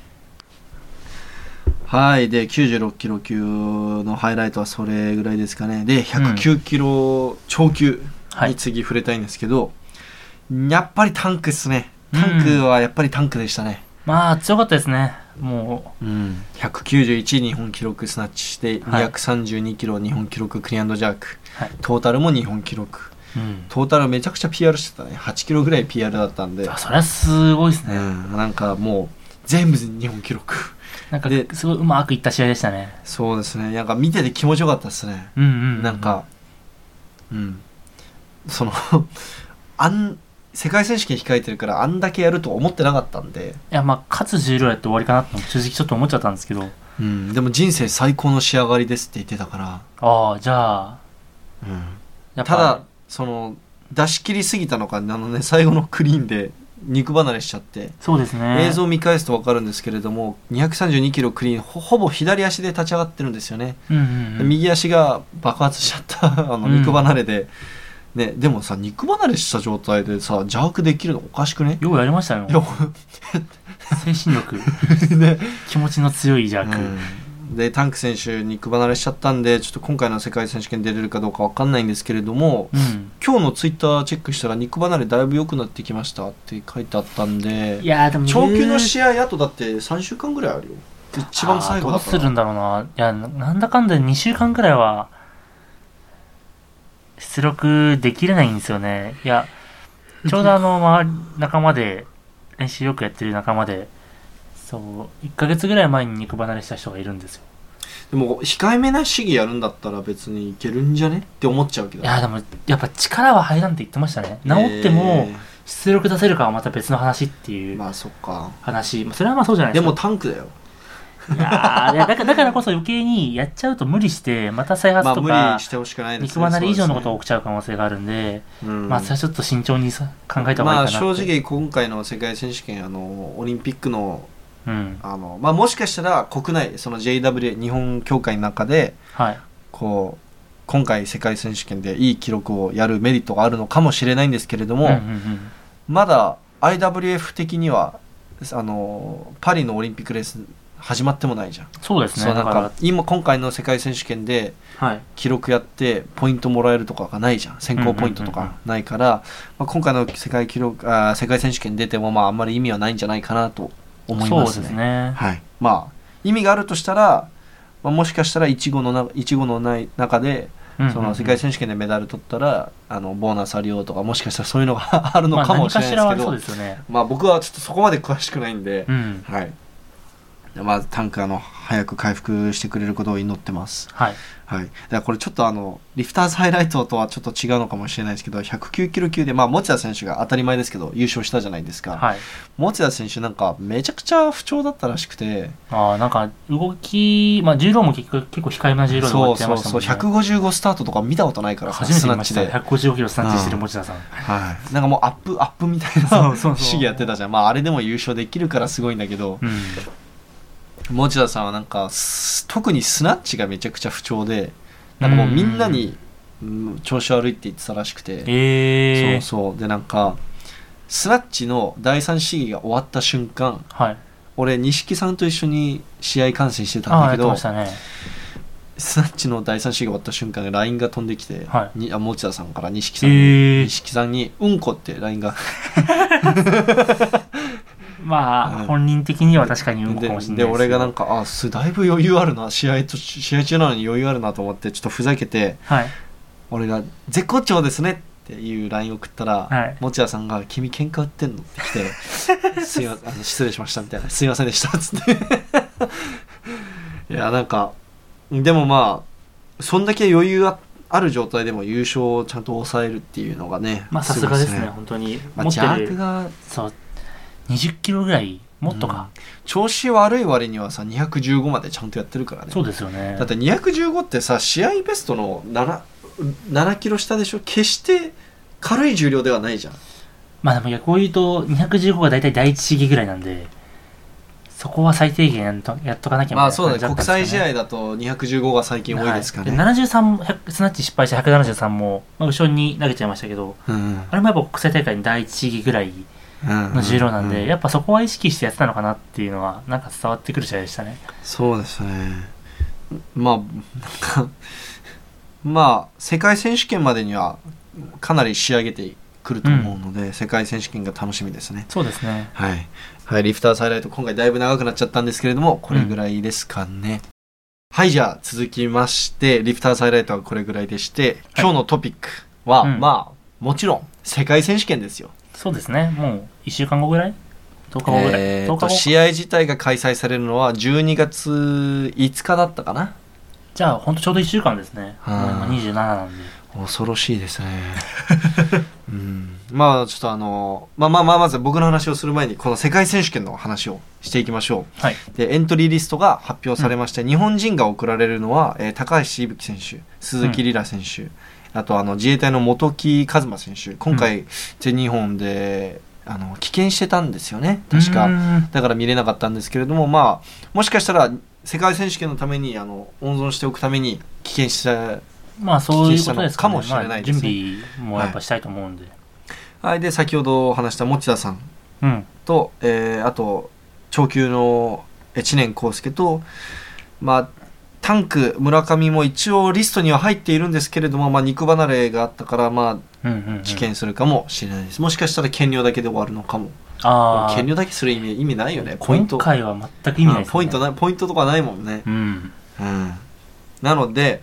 はい。で96キロ級のハイライトはそれぐらいですかね。で109キロ超級に次触れたいんですけど、やっぱりタンクっすね。タンクはやっぱりタンクでしたね。 まあ強かったですね。もう、 191日本記録スナッチして、232キロ日本記録クリアンドジャーク、トータルも日本記録、トータルめちゃくちゃ PR してたね。8キロぐらい PR だったんで、 それはすごいですね。 なんかもう全部日本記録なんかすごいうまくいった試合でしたね。 そうですね。なんか見てて気持ちよかったですね。なんかその世界選手権控えてるからあんだけやると思ってなかったんで、 いやまあ勝つ重量やって終わりかなって正直ちょっと思っちゃったんですけど、 でも人生最高の仕上がりですって言ってたから、 じゃあ、 ただその出し切りすぎたのか最後のクリーンで肉離れしちゃって。 そうですね。 映像を見返すと分かるんですけれども、232キロクリーン ほぼ左足で立ち上がってるんですよね。右足が爆発しちゃった肉離れで、ね、でもさ肉離れした状態でさジャークできるのおかしくね。 ようやりましたよ。精神力、 ね、 気持ちの強いジャーク、 でタンク選手肉離れしちゃったんで、ちょっと今回の世界選手権出れるかどうか分かんないんですけれども、今日のツイッターチェックしたら肉離れだいぶ良くなってきましたって書いてあったんで、 いやでも長級の試合あとだって3週間ぐらいあるよ。一番最後だからどうするんだろうな。いやなんだかんだ2週間ぐらいは出力できれないんですよね。いやちょうど仲間で練習よくやってる仲間で、そう1ヶ月ぐらい前に肉離れした人がいるんですよ。 でも控えめな試技やるんだったら別にいけるんじゃねって思っちゃうけど、 いやでもやっぱ力は入らんって言ってましたね。治っても出力出せるかはまた別の話っていう話。 まあそっか、 それはまあそうじゃないですか。 でもタンクだよ。 いやだからこそ余計にやっちゃうと無理してまた再発とか、 無理してほしくないですね。 肉離れ以上のことが起きちゃう可能性があるんで、まあそれはちょっと慎重に考えた方がいいかなって。 正直今回の世界選手権オリンピックのもしかしたら国内その JWA 日本協会の中で、こう今回世界選手権でいい記録をやるメリットがあるのかもしれないんですけれども、まだ IWF 的にはパリのオリンピックレース始まってもないじゃん。 そうですね。 なんか今回の世界選手権で記録やってポイントもらえるとかがないじゃん。選考ポイントとかないから、今回の世界選手権出てもあんまり意味はないんじゃないかなと思いますね。 そうですね。 はい。意味があるとしたら、もしかしたらいちごのない中でその世界選手権でメダル取ったらボーナスあるよとか、もしかしたらそういうのがあるのかもしれないですけど、 そうですよね。 僕はちょっとそこまで詳しくないんで、はい。タンク早く回復してくれることを祈ってます。はい。だからこれちょっとリフターズハイライトとはちょっと違うのかもしれないですけど、109キロ級で持田選手が当たり前ですけど優勝したじゃないですか。持田選手なんかめちゃくちゃ不調だったらしくて、 なんか動き、重量も結構控えめな重量で終わっちゃいましたもんね。 155スタートとか見たことないから初めて見ました。155キロスナッチしてる持田さん。 なんかもうアップみたいな試技やってたじゃん。あれでも優勝できるからすごいんだけど、持田さんはなんか特にスナッチがめちゃくちゃ不調で、なんかもうみんなに調子悪いって言ってたらしくて、でなんかスナッチの第3試技が終わった瞬間、俺錦さんと一緒に試合観戦してたんだけど、スナッチの第3試技が終わった瞬間で LINE が飛んできて、持田さんから錦さんにうんこって LINE が本人的には確かにうんこかもしれないです。 で俺がなんかだいぶ余裕あるな、試合中なのに余裕あるなと思ってちょっとふざけて、俺が絶好調ですねっていう LINE 送ったら、持田さんが君喧嘩売ってんのって来てすいません失礼しましたみたいな、すいませんでしたっつっていやなんかでもそんだけ余裕ある状態でも優勝をちゃんと抑えるっていうのがね、 さすがですね。本当にジャークが 20キロぐらいもっとか、 調子悪い割にはさ215までちゃんとやってるからね。 そうですよね。 だって215ってさ試合ベストの7キロ下でしょ。決して軽い重量ではないじゃん。 でもこう言うと215が大体第一試技ぐらいなんで、 そこは最低限やっとかなきゃみたいなそうだね、国際試合合だと215が最近多いですかね。 73もスナッチ失敗して173も、後ろに投げちゃいましたけど、あれもやっぱ国際大会に第一試技ぐらいの重量なんで、やっぱそこは意識してやってたのかなっていうのはなんか伝わってくる試合でしたね。 そうですね。世界選手権までにはかなり仕上げてくると思うので、世界選手権が楽しみですね。 そうですね。 はい、リフターズハイライト、今回だいぶ長くなっちゃったんですけれども、これぐらいですかね。はい、じゃあ続きまして、リフターズハイライトはこれぐらいでして、今日のトピックは、もちろん世界選手権ですよ。 そうですね。もう1週間後ぐらい10日後ぐらい、10日後。 試合自体が開催されるのは12月5日だったかな。 じゃあほんとちょうど1週間ですね。もう今27なんで恐ろしいですね。ちょっとまず僕の話をする前にこの世界選手権の話をしていきましょう。でエントリーリストが発表されまして、日本人が贈られるのは、高橋息吹選手、鈴木里来選手、あと自衛隊の本木一馬選手、今回全日本で棄権してたんですよね、確か。だから見れなかったんですけれども、もしかしたら世界選手権のために温存しておくために棄権したそういうことですかもしれないですね。 準備もやっぱしたいと思うんで。 で先ほど話した持田さんと、あと長級の知念康介と、タンク村上も一応リストには入っているんですけれども、肉離れがあったから棄権するかもしれないです。もしかしたら減量だけで終わるのかも。減量だけする意味ないよね。ポイント今回は全く意味ないですね。 ポイントとかないもんね。なので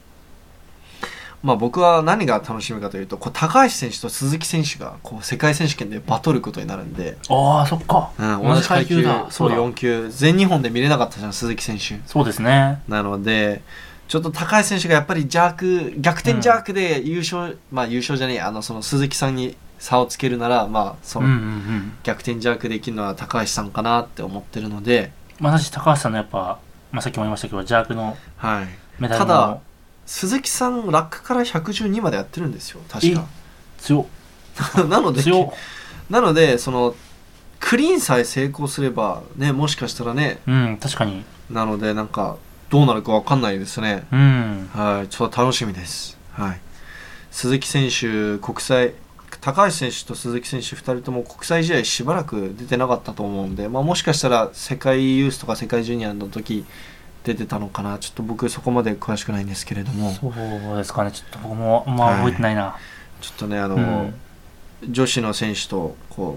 僕は何が楽しみかというと、高橋選手と鈴木選手が世界選手権でバトることになるんで。 そっか、 同じ階級だ。そう4級全日本で見れなかったじゃん、鈴木選手。 そうですね。 なのでちょっと高橋選手がやっぱり逆転ジャークで優勝、優勝じゃねえ、その鈴木さんに差をつけるなら、その逆転ジャークできるのは高橋さんかなって思ってるので、 私高橋さんのやっぱ、さっきも言いましたけどジャークのメダルの、 ただ鈴木さんラックから112までやってるんですよ、確か。 強なのでそのクリーンさえ成功すればね、もしかしたらね、 確かに。 なのでどうなるか分かんないですね。ちょっと楽しみです。鈴木選手高橋選手と鈴木選手2人とも国際試合しばらく出てなかったと思うんで、もしかしたら世界ユースとか世界ジュニアの時出てたのかな。ちょっと僕そこまで詳しくないんですけれども。 そうですかね。ちょっと僕も覚えてないな。 ちょっとね女子の選手と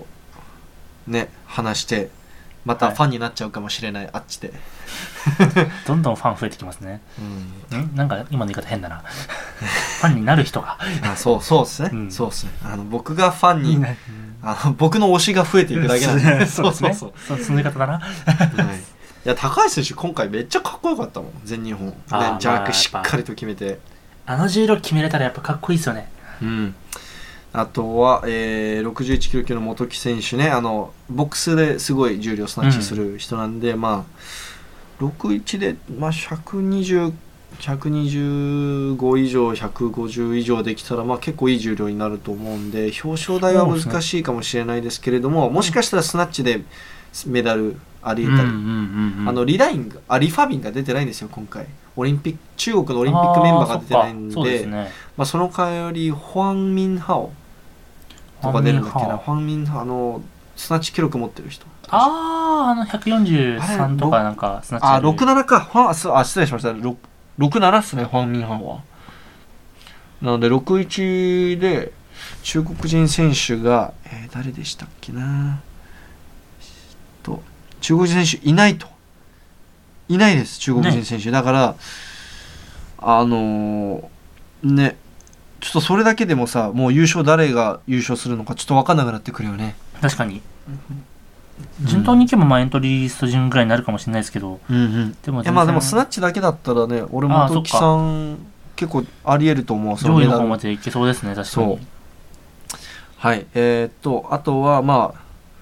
話してまたファンになっちゃうかもしれない、あっちで。 どんどんファン増えてきますね。なんか今の言い方変だな。ファンになる人が。 そうですね。そうですね。僕がファンに僕の推しが増えていくだけなんで。 そうその言い方だな。 いや高橋選手今回めっちゃかっこよかったもん、全日本ジャークしっかりと決めて。 重量決めれたらやっぱかっこいいですよね。 あとは、61キロ級の本木選手ね、ボックスですごい重量スナッチする人なんで、61で、125以上150以上できたら結構いい重量になると思うんで、表彰台は難しいかもしれないですけれども、もしかしたらスナッチでメダルあり得たり、リファビンが出てないんですよ今回。中国のオリンピックメンバーが出てないんで、その代わりホアン・ミン・ハオとか出るんだっけな。ホアン・ミン・ハオスナッチ記録持ってる人。 143とかなんかスナッチ。 67か。失礼しました。67っすね、ホアン・ミン・ハオは。なので61で中国人選手が、誰でしたっけな。中国人選手いないです、中国人選手。だからちょっとそれだけでもさ、もう誰が優勝するのかちょっと分かんなくなってくるよね。 確かに。順当にいけばエントリーリスト順ぐらいになるかもしれないですけど、 でもスナッチだけだったらね、俺も本木さん結構ありえると思う。 上位の方までいけそうですね、確かに。 あとは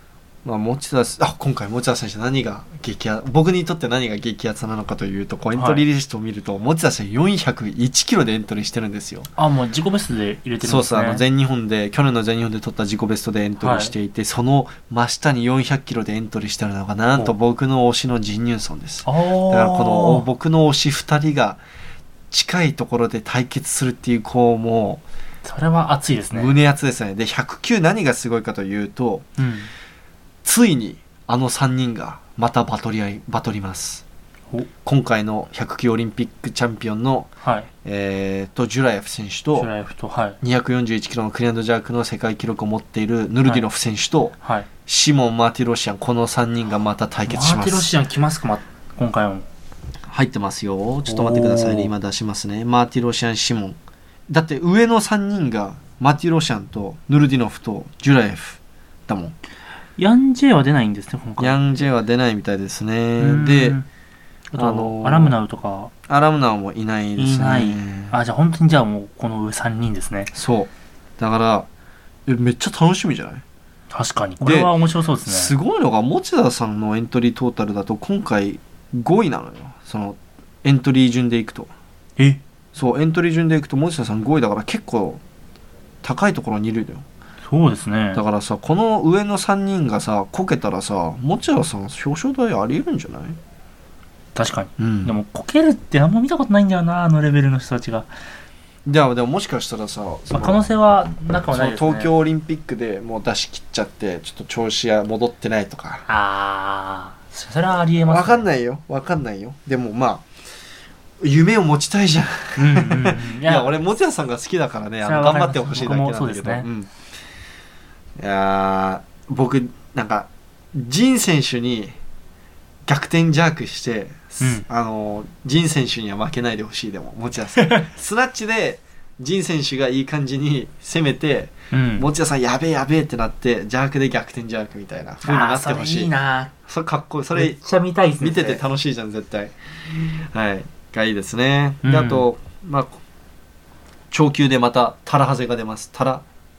まあ、今回持田選手何が僕にとって何が激アツなのかというと、エントリーリストを見ると、持田選手401キロでエントリーしてるんですよ。 もう自己ベストで入れてるんですね。 そう去年の全日本で取った自己ベストでエントリーしていて、その真下に400キロでエントリーしてるのがなんと僕の推しのジン・ニュンソンです。だからこの僕の推し2人が近いところで対決するっていう、もうそれは熱いですね。 胸熱ですね。で109何がすごいかというと、ついにあの3人がまたバトります。今回の109オリンピックチャンピオンの、ジュラエフ選手と、241キロのクリアンドジャークの世界記録を持っているヌルディノフ選手と、シモン・マーティロシアン、この3人がまた対決します。 マーティロシアン来ますか、今回も入ってますよ。ちょっと待ってくださいね、今出しますね。マーティロシアン、シモンだって上の3人がマーティロシアンとヌルディノフとジュラエフだもん。 ヤン・ジェイは出ないんですね、今回。 ヤン・ジェイは出ないみたいですね。で、 アラムナウとか。 アラムナウもいないですね。 じゃあ本当にもうこの上3人ですね。 そうだからめっちゃ楽しみじゃない？ 確かにこれは面白そうですね。 すごいのが持田さんのエントリートータルだと今回5位なのよ。そのエントリー順でいくと。そうエントリー順でいくと持田さん5位だから結構高いところにいるよ。 そうですね。 だからさ、この上の3人がさこけたらさ、持田さん表彰台ありえるんじゃない？ 確かに、でもこけるってあんま見たことないんだよな、あのレベルの人たちが。 でももしかしたらさ、 可能性はなくはないですね。 東京オリンピックでもう出し切っちゃってちょっと調子が戻ってないとか。 それはありえますね。 分かんないよ。でもまあ夢を持ちたいじゃん。いや俺持田さんが好きだからね、頑張ってほしいだけなんだけど、いや僕なんかジン選手に逆転ジャークして、ジン選手には負けないでほしい。でも持田さんスナッチでジン選手がいい感じに攻めて、持田さんやべえってなってジャークで逆転ジャークみたいな風になってほしい。 それいいな。 それかっこいい。それめっちゃ見たいですね。 見てて楽しいじゃん絶対。がいいですね。であと長級でまたタラハゼが出ます。タラ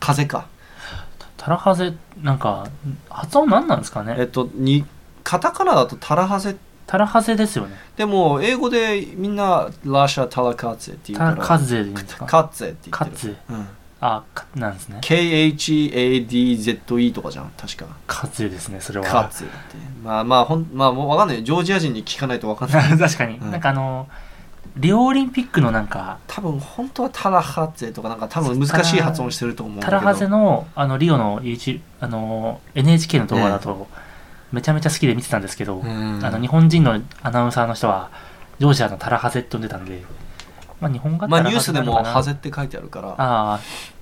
ハゼなんか発音何なんですかね。 カタカナだとタラハゼですよね。 でも英語でみんなラシャタラカッツェって言うから、 カッゼでいいんですか？ カッツェって言ってる。 なんですね。 KHADZE とかじゃん確か。 カッゼですね、それは。 カッツェってもう分かんない。ジョージア人に聞かないと分かんない。 確かに、なんかリオオリンピックのなんか多分本当はタラハゼとかなんか多分難しい発音してると思うんだけど、 タラハゼのリオの NHK の動画だとめちゃめちゃ好きで見てたんですけど、日本人のアナウンサーの人はジョージアのタラハゼって呼んでたんで、日本語ニュースでもハゼって書いてあるから、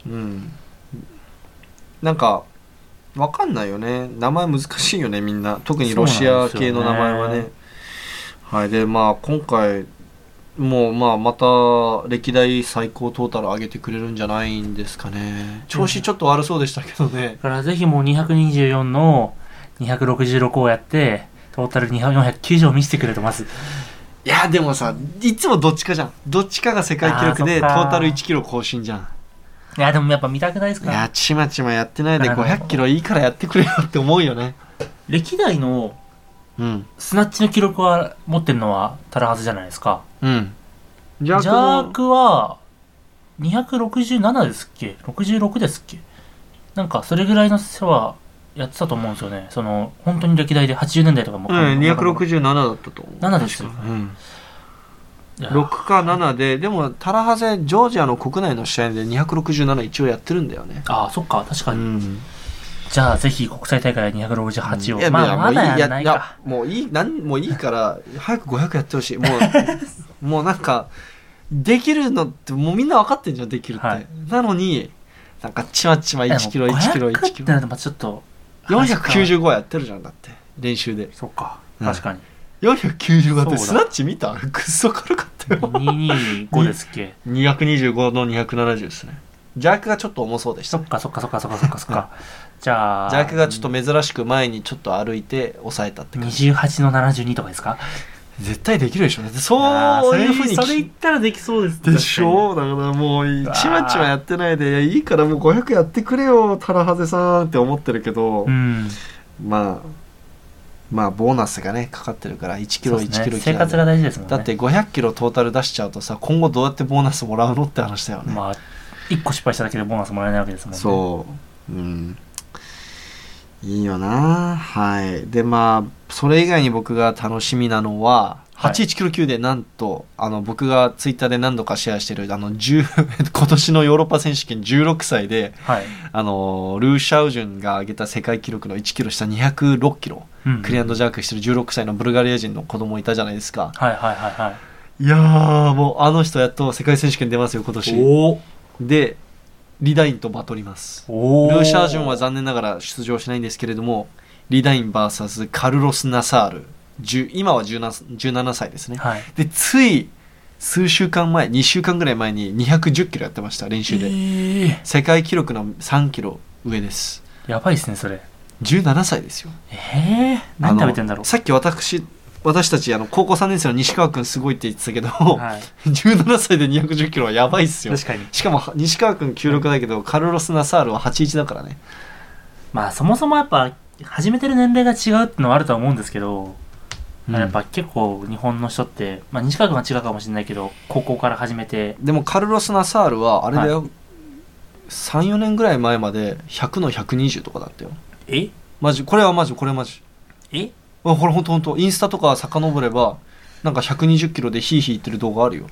なんか分かんないよね。名前難しいよねみんな、特にロシア系の名前はね。で今回もうまた歴代最高トータル上げてくれるんじゃないんですかね。調子ちょっと悪そうでしたけどね。 だからぜひもう224の266をやってトータル490を見せてくれと。まずいやでもさ、いつもどっちかじゃん。どっちかが世界記録でトータル1キロ更新じゃん。 いやでもやっぱ見たくないですか？ いやちまちまやってないで500キロいいからやってくれよって思うよね。 歴代のスナッチの記録は持ってるのはタラハゼじゃないですか。ジャークは267ですっけ66ですっけ、なんかそれぐらいの世話やってたと思うんですよね。本当に歴代で80年代とかも 267だったと思う。 7ですよ、 6か7でもタラハゼジョージアの国内の試合で267一応やってるんだよね。 そっか確かに、じゃあぜひ国際大会268をまだやらないか。 もういいから早く500やってほしい。もうなんかできるのってもうみんな分かってんじゃん、できるって、なのになんかちまちま1キロ1キロ1キロってちょっと 495やってるじゃん。だって練習で。 そっか確かに、 495ってスナッチ見た？くっそ軽かったよ。 225ですっけ 225の270ですね。ジャークがちょっと重そうでした、 そっかじゃあジャークがちょっと珍しく前にちょっと歩いて抑えたって感じ。 28の72とかですか？ 絶対できるでしょ。そういうふうにそれ言ったらできそうですでしょ。だからもうちまちまやってないでいいからもう500やってくれよタラハゼさんって思ってるけど、 まあボーナスがねかかってるから1キロ1キロ、 生活が大事ですもんね。 だって500キロトータル出しちゃうとさ、今後どうやってボーナスもらうのって話だよね。 まあ1個失敗しただけでボーナスもらえないわけですもんね。 そう、いいよな。はい。でまあそれ以外に僕が楽しみなのは81キロ級でなんと僕がツイッターで何度かシェアしてる今年のヨーロッパ選手権16歳で、 はい、 ルー・シャウジュンが上げた世界記録の1キロ下206キロ、クリアンドジャークしてる16歳のブルガリア人の子供いたじゃないですか。 はいはいはいはい。 いやーもう人やっと世界選手権出ますよ今年で、リダインとバトります。ルー・シャウジュンは残念ながら出場しないんですけれども、リダイン VS カルロス・ナサール、今は17歳ですね、はい、でつい数週間前2週間ぐらい前に210キロやってました練習で、世界記録の3キロ上です。 やばいですねそれ。 17歳ですよ。 何食べてんだろう。 さっき私たち高校3年生の西川くんすごいって言ってたけど、はい、17歳で210キロはやばいっすよ。 確かに。 しかも西川くん96だけど、カルロス・ナサールは81だからね。 まあそもそもやっぱ始めてる年齢が違うってのはあるとは思うんですけど、やっぱ結構日本の人って、まあ、西川君は違うかもしれないけど高校から始めて。 でもカルロス・ナサールはあれだよ、はい、3,4 年ぐらい前まで100の120とかだったよ。マジこれマジこれほらほんとインスタとか遡ればなんか120キロでヒーヒー言ってる動画あるよ。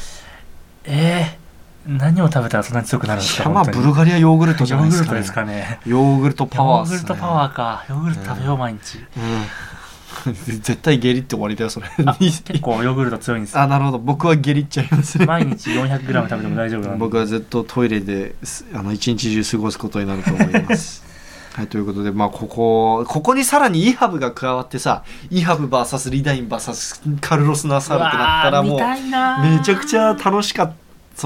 何を食べたらそんなに強くなるんですか。 まあブルガリアヨーグルトじゃないですかね。 ヨーグルトですかね。 ヨーグルトパワーっすね。 ヨーグルトパワーか。ヨーグルト食べよう毎日。 絶対下痢って終わりだよそれ。 結構ヨーグルト強いんですよ。 なるほど。僕は下痢っちゃいますね。 毎日 400g 食べても大丈夫なんで。 僕はずっとトイレで一日中過ごすことになると思いますはい、ということで、まあ、ここにさらにイハブが加わってさ、イハブ VS リダイン VS カルロス・ナサールってなったらもうめちゃくちゃ楽しかった。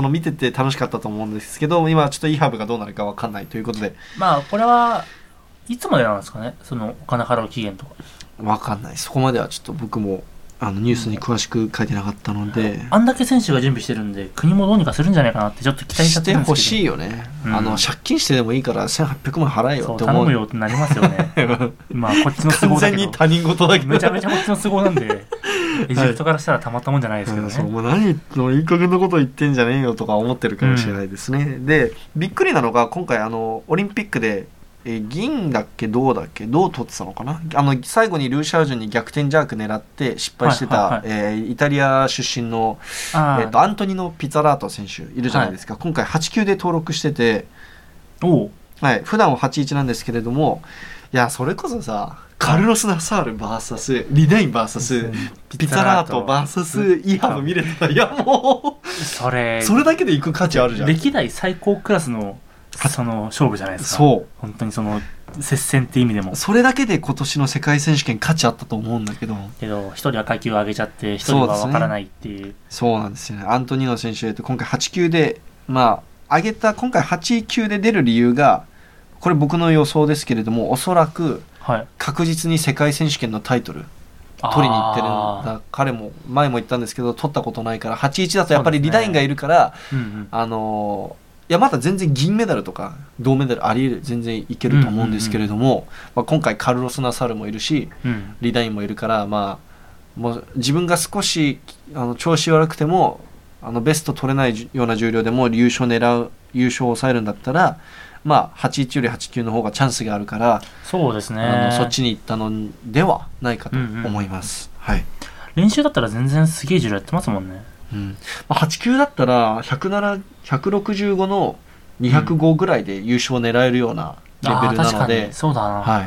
見てて楽しかったと思うんですけど、今ちょっとイハブがどうなるか分かんないということで、 まあこれはいつまでなんですかね、そのお金払う期限とか。 分かんない。そこまではちょっと僕もニュースに詳しく書いてなかったので、 あんだけ選手が準備してるんで国もどうにかするんじゃないかなってちょっと期待しちゃってるんですけど。 してほしいよね、借金してでもいいから1800万払えよって思う。 頼むよってなりますよねまあこっちの都合だけど、完全に他人事だけどめちゃめちゃこっちの都合なんでエジプトからしたらたまったもんじゃないですけどね、 そうもう何いい加減なこと言ってんじゃねえよとか思ってるかもしれないですね、でびっくりなのが今回オリンピックで銀だっけ銅取ってたのかな、最後にルーシャージュンに逆転ジャーク狙って失敗してた、イタリア出身の、アントニノ・ピザラート選手いるじゃないですか、今回8級で登録してて、普段は81なんですけれども、いやそれこそさ、カルロス・ナサール VS リダイン VS ピザラート VS イハブ見れたら、いやもうそれだけで行く価値あるじゃん。 歴代最高クラスのその勝負じゃないですか。 そう本当にその接戦って意味でもそれだけで今年の世界選手権価値あったと思うんだけど、 一人は階級を上げちゃって一人は分からないっていう。 そうなんですよね。アントニーノ選手今回8級で上げた、今回8級で出る理由が、これ僕の予想ですけれども、おそらく確実に世界選手権のタイトル取りに行ってるんだ。彼も前も言ったんですけど取ったことないから、81だとやっぱりリダインがいるから、いやまだ全然銀メダルとか銅メダルあり得る、全然いけると思うんですけれども、今回カルロス・ナサールもいるし、リダインもいるから、もう自分が少し調子悪くてもベスト取れないような重量でも優勝を抑えるんだったら、81より89の方がチャンスがあるから、 そうですね、 そっちに行ったのではないかと思います、 練習だったら全然すげえ重量やってますもんね。 8級だったら165の205ぐらいで優勝を狙えるようなレベルなので、 そうだな、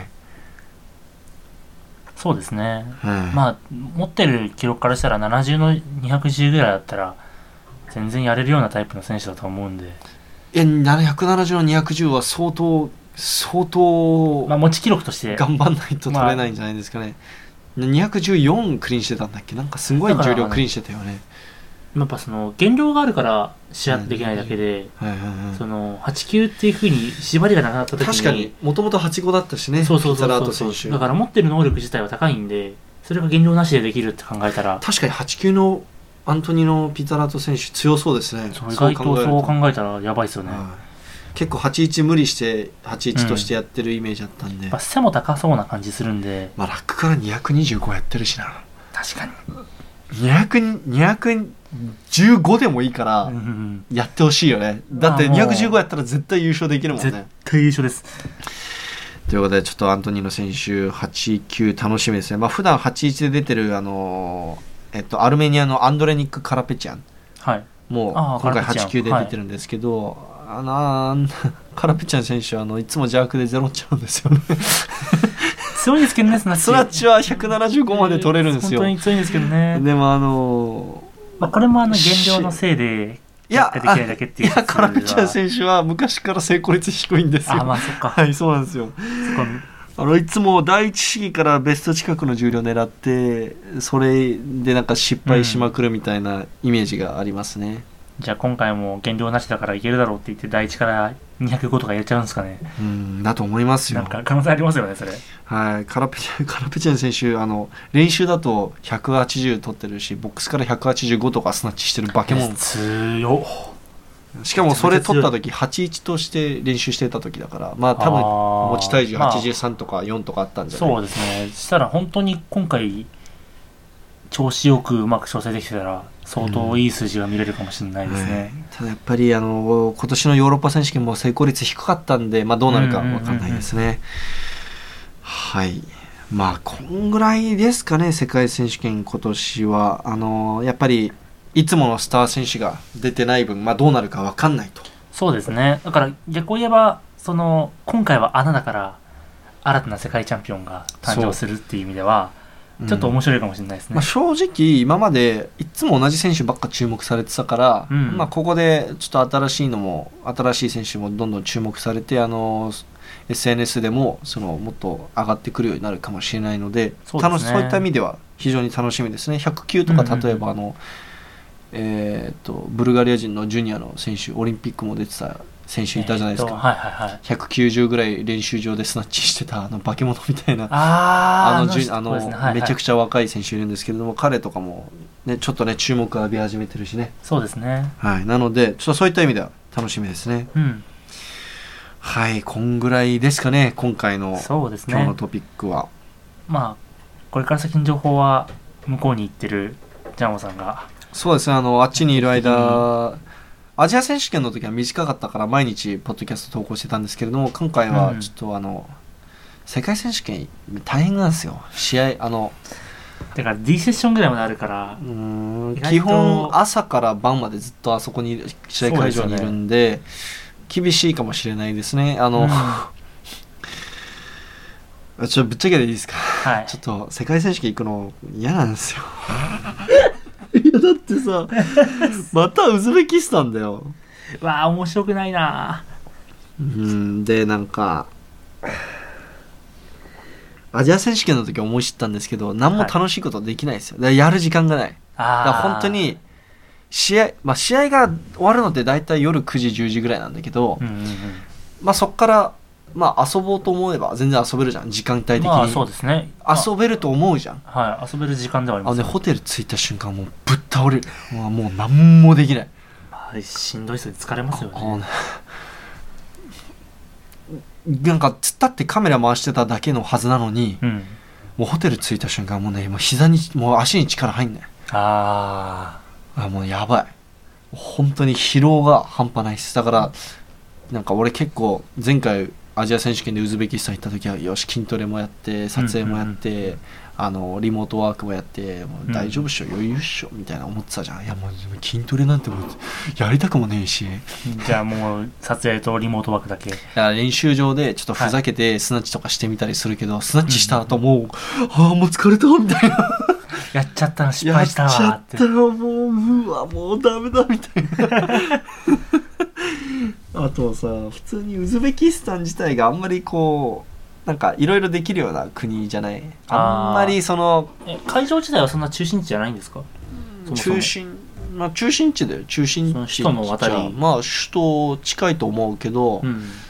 そうですね、持ってる記録からしたら70の210ぐらいだったら全然やれるようなタイプの選手だと思うんで、 170の210は相当持ち記録として頑張んないと取れないんじゃないですかね。214クリーンしてたんだっけ、なんかすごい重量クリーンしてたよね。 やっぱその減量があるから試合できないだけで、その8級っていう風に縛りがなくなった時に、 確かにもともと85だったしね、 ピザラート選手だから持ってる能力自体は高いんで、それが減量なしでできるって考えたら、 確かに8級のアントニノ・ピザラート選手強そうですね。 意外とそう考えたらやばいですよね。 結構81無理して81としてやってるイメージあったんで、 背も高そうな感じするんで、 ラックから225やってるしな。 確かに 215でもいいからやってほしいよね。だって215やったら絶対優勝できるもんね。 絶対優勝です。 ということでちょっとアントニーノ選手89楽しみですね。普段81で出てるアルメニアのアンドレニック・カラペチャン、 はい、 もう今回89で出てるんですけど、カラペチャン選手いつも邪悪でゼロっちゃうんですよね。 強いですけどね、スナッチは175まで取れるんですよ。 本当に強いんですけどね。 でもこれも減量のせいでできないだけっていう。 カラペチャン選手は昔から成功率低いんですよ。 そっか。 はい、そうなんですよ。いつも第一試技からベスト近くの重量狙ってそれでなんか失敗しまくるみたいなイメージがありますね。 じゃあ今回も減量なしだからいけるだろうって言って第一から205とか入れちゃうんですかね。 だと思いますよ。 なんか可能性ありますよね、それ。 はい、カラペチャン選手練習だと180取ってるし、ボックスから185とかスナッチしてる化け物。 強っ。 しかもそれ取った時81として練習してた時だから、多分持ち体重83とか4とかあったんじゃない。 そうですね。そしたら本当に今回調子よくうまく調整できてたら相当いい数字が見れるかもしれないですね。 ただやっぱり今年のヨーロッパ選手権も成功率低かったんで、どうなるか分かんないですね。はい、こんぐらいですかね。世界選手権今年はやっぱりいつものスター選手が出てない分、どうなるか分かんないと。 そうですね。だから逆を言えば今回は穴だから新たな世界チャンピオンが誕生するっていう意味ではちょっと面白いかもしれないですね。 正直今までいつも同じ選手ばっか注目されてたから、ここでちょっと新しい選手もどんどん注目されてSNS でももっと上がってくるようになるかもしれないので、そういった意味では非常に楽しみですね。109とか例えばブルガリア人のジュニアの選手、オリンピックも出てた選手いたじゃないですか。190ぐらい練習場でスナッチしてた化け物みたいなめちゃくちゃ若い選手いるんですけれども、彼とかも、ちょっと注目を浴び始めてるしね。 そうですね。 はい、なのでちょっとそういった意味では楽しみですね。はい、こんぐらいですかね、今回の今日のトピックは。 これから先の情報は向こうに行ってるジャンボさんが。 そうですね、あっちにいる間、アジア選手権の時は短かったから毎日ポッドキャスト投稿してたんですけれども、今回はちょっと世界選手権大変なんですよ、試合。だから D セッションぐらいまであるから、 基本朝から晩までずっとあそこに試合会場にいるんで、厳しいかもしれないですね。ちょっとぶっちゃけでいいですか、ちょっと世界選手権行くの嫌なんですよ。いやだってさ、またウズベキスタンだよ。 面白くないな。 でなんかアジア選手権の時思い知ったんですけど、何も楽しいことできないですよ。だからやる時間がない。だから本当に試合が終わるのって大体夜9時10時ぐらいなんだけど、そっから遊ぼうと思えば全然遊べるじゃん、時間帯的に。 そうですね。 遊べると思うじゃん。 遊べる時間ではありますね。 ホテル着いた瞬間もうぶっ倒れる。もう何もできない。 しんどいですよね。疲れますよね。 なんか突っ立ってカメラ回してただけのはずなのに、もうホテル着いた瞬間もうもう膝にもう足に力入んない。もうやばい。本当に疲労が半端ないです。だからなんか俺結構前回アジア選手権でウズベキスタン行った時はよし筋トレもやって撮影もやって、リモートワークもやってもう大丈夫っしょ、余裕っしょみたいな思ってたじゃん。いやもう筋トレなんてもうやりたくもねえし。 じゃあもう撮影とリモートワークだけ。だから練習場でちょっとふざけてスナッチとかしてみたりするけど、スナッチした後もう、もう疲れたみたいな。 やっちゃったの失敗したわって。 やっちゃったらもうダメだみたいな。あとさ、普通にウズベキスタン自体があんまりなんかいろいろできるような国じゃない。あんまり会場自体はそんな中心地じゃないんですか？ 中心地だよ。中心地。 首都の渡り。 首都近いと思うけど、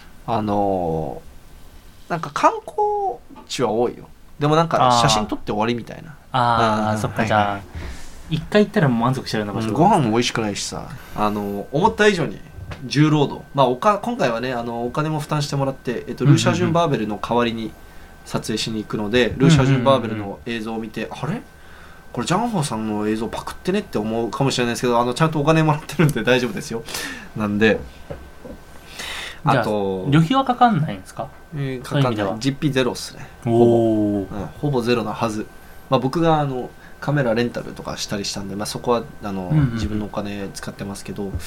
なんか観光地は多いよ。でもなんか写真撮って終わりみたいな。 そっか。じゃあ一回行ったら満足しちゃうような場所。 ご飯も美味しくないしさ、思った以上に重労働、まあ、今回はねお金も負担してもらって、ルーシャージュンバーベルの代わりに撮影しに行くので、ルーシャージュンバーベルの映像を見て、あれこれジャンホーさんの映像パクってねって思うかもしれないですけど、ちゃんとお金もらってるんで大丈夫ですよ。なんであと旅費はかかんないんですか？ かかんない。実費ゼロっすね。 ほぼゼロなはず。まあ、僕がカメラレンタルとかしたりしたんで、まあ、そこは自分のお金使ってますけど、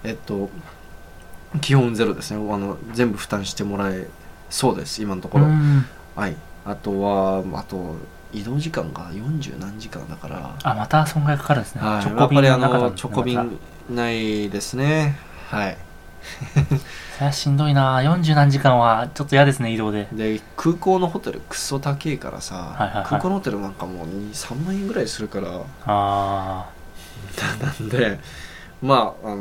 基本ゼロですね。全部負担してもらえそうです今のところ。はい。あと移動時間が40何時間だから。 また損害かかるんですね。 はい、やっぱり直行便ないですね。はい。 それはしんどいな。40何時間はちょっと嫌ですね、移動で。 で空港のホテルクソ高いからさ、空港のホテルなんかもう3万円ぐらいするから。なんでまあ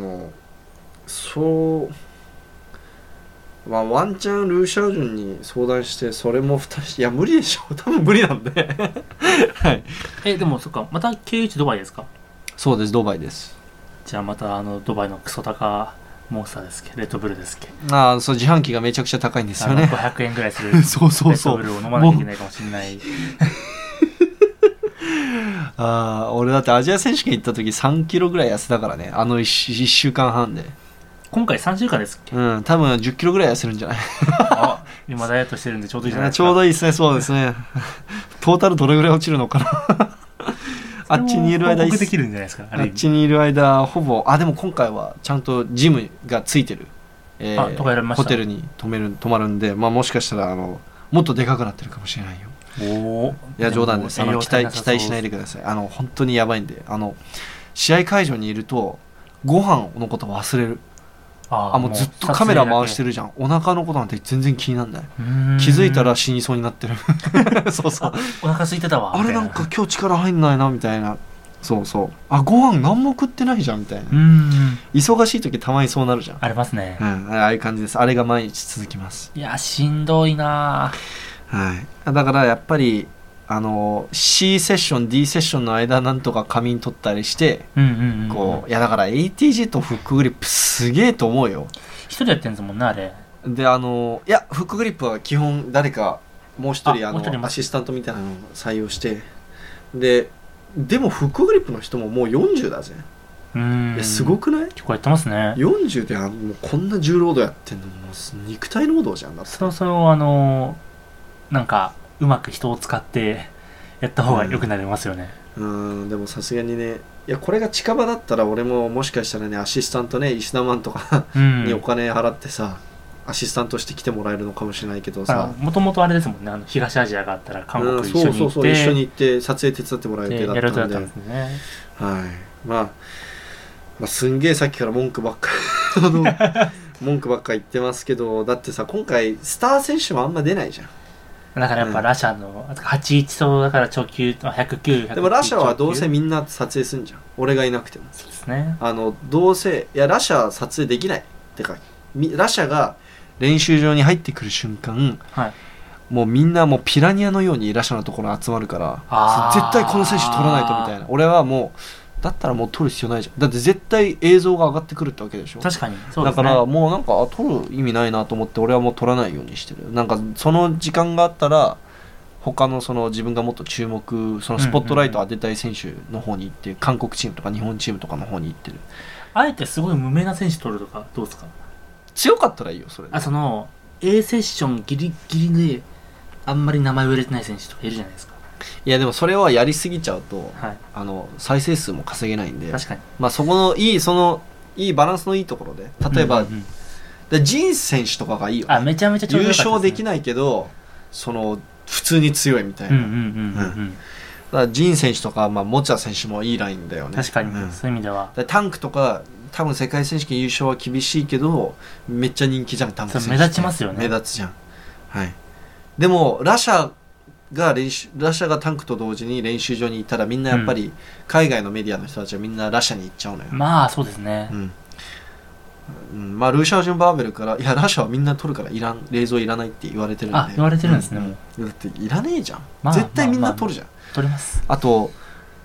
ワンチャンルーシャージュンに相談してそれも負担して、いや無理でしょ、多分無理なんではい。 でもそっか、また経由地ドバイですか？ そうです、ドバイです。 じゃあまたドバイのクソ高モンスターですっけ、レッドブルですっけ。 そう、自販機がめちゃくちゃ高いんですよね。 500円ぐらいするそうそうそう、レッドブルを飲まなきゃいけないかもしれない俺だってアジア選手権行った時3キロぐらい痩せたからね、1週間半で。 今回3週間ですっけ？ 多分10キロぐらい痩せるんじゃない今ダイエットしてるんでちょうどいいじゃないですか。 ちょうどいいですね。そうですねトータルどれぐらい落ちるのかなあっちにいる間できるんじゃないですか。 あっちにいる間ほぼでも今回はちゃんとジムがついてる、ホテルに泊まるんで、もしかしたらもっとでかくなってるかもしれないよ。いや冗談です。期待しないでください。本当にやばいんで、試合会場にいるとご飯のこと忘れる。もうずっとカメラ回してるじゃん。お腹のことなんて全然気になんない。気づいたら死にそうになってるそうそう、 お腹空いてたわ。 なんか今日力入んないなみたいな。そうそう、ご飯何も食ってないじゃんみたいな。忙しい時たまにそうなるじゃん。 ありますね。 ああいう感じです。あれが毎日続きます。 いやしんどいな。 はい。だからやっぱりC セッション D セッションの間なんとか仮眠取ったりして、いやだから ATG とフックグリップすげえと思うよ。 一人やってんですもんねあれで。いやフックグリップは基本誰かもう一人アシスタントみたいなのを採用して、でもフックグリップの人ももう40だぜ。いやすごくない？ 結構やってますね。 40でもうこんな重労働やってんのもう肉体労働じゃん。だってそうなんかうまく人を使ってやった方が良くなりますよね。 でもさすがにね、いやこれが近場だったら俺ももしかしたらねアシスタントね石田マンとかにお金払ってさ、アシスタントして来てもらえるのかもしれないけどさ、 もともとあれですもんね、東アジアがあったら韓国一緒に行って、 一緒に行って撮影手伝ってもらえる予定だったんで、 ですね。 はい。まあすんげえさっきから文句ばっか言ってますけど、だってさ今回スター選手もあんま出ないじゃん。 だからやっぱラシャの81とだから直球109、 でもラシャはどうせみんな撮影すんじゃん、俺がいなくても。 そうですね。 どうせラシャ撮影できないってか、ラシャが練習場に入ってくる瞬間、もうみんなもうピラニアのようにラシャのところに集まるから、絶対この選手取らないとみたいな。俺はもうだったらもう撮る必要ないじゃん。だって絶対映像が上がってくるってわけでしょ。 確かにそうですね。 だからもうなんか撮る意味ないなと思って俺はもう撮らないようにしてる。なんかその時間があったら他の自分がもっと注目スポットライト当てたい選手の方に行って、韓国チームとか日本チームとかの方に行ってる。 あえてすごい無名な選手撮るとかどうですか？ 強かったらいいよそれで。 A セッションギリギリであんまり名前売れてない選手とかいるじゃないですか。 いやでもそれはやりすぎちゃうと、再生数も稼げないんで、 確かに、 そこのいいバランスのいいところで、例えば、ジン選手とかがいいよね。 めちゃめちゃちょうどよかったですね。 優勝できないけど普通に強いみたいな。だからジン選手とか、モチャ選手もいいラインだよね。 確かに、そういう意味ではタンクとか多分世界選手権優勝は厳しいけどめっちゃ人気じゃん。タンク選手目立ちますよね。 目立つじゃん。でもラシャがタンクと同時に練習場に行ったらみんなやっぱり海外のメディアの人たちはみんなラシャに行っちゃうのよ。 そうですね。 ルーシャージュンバーベルからいやラシャはみんな撮るから冷蔵いらないって言われてるんで。 言われてるんですね。もうだっていらねえじゃん。絶対みんな撮るじゃん。 撮ります。 あと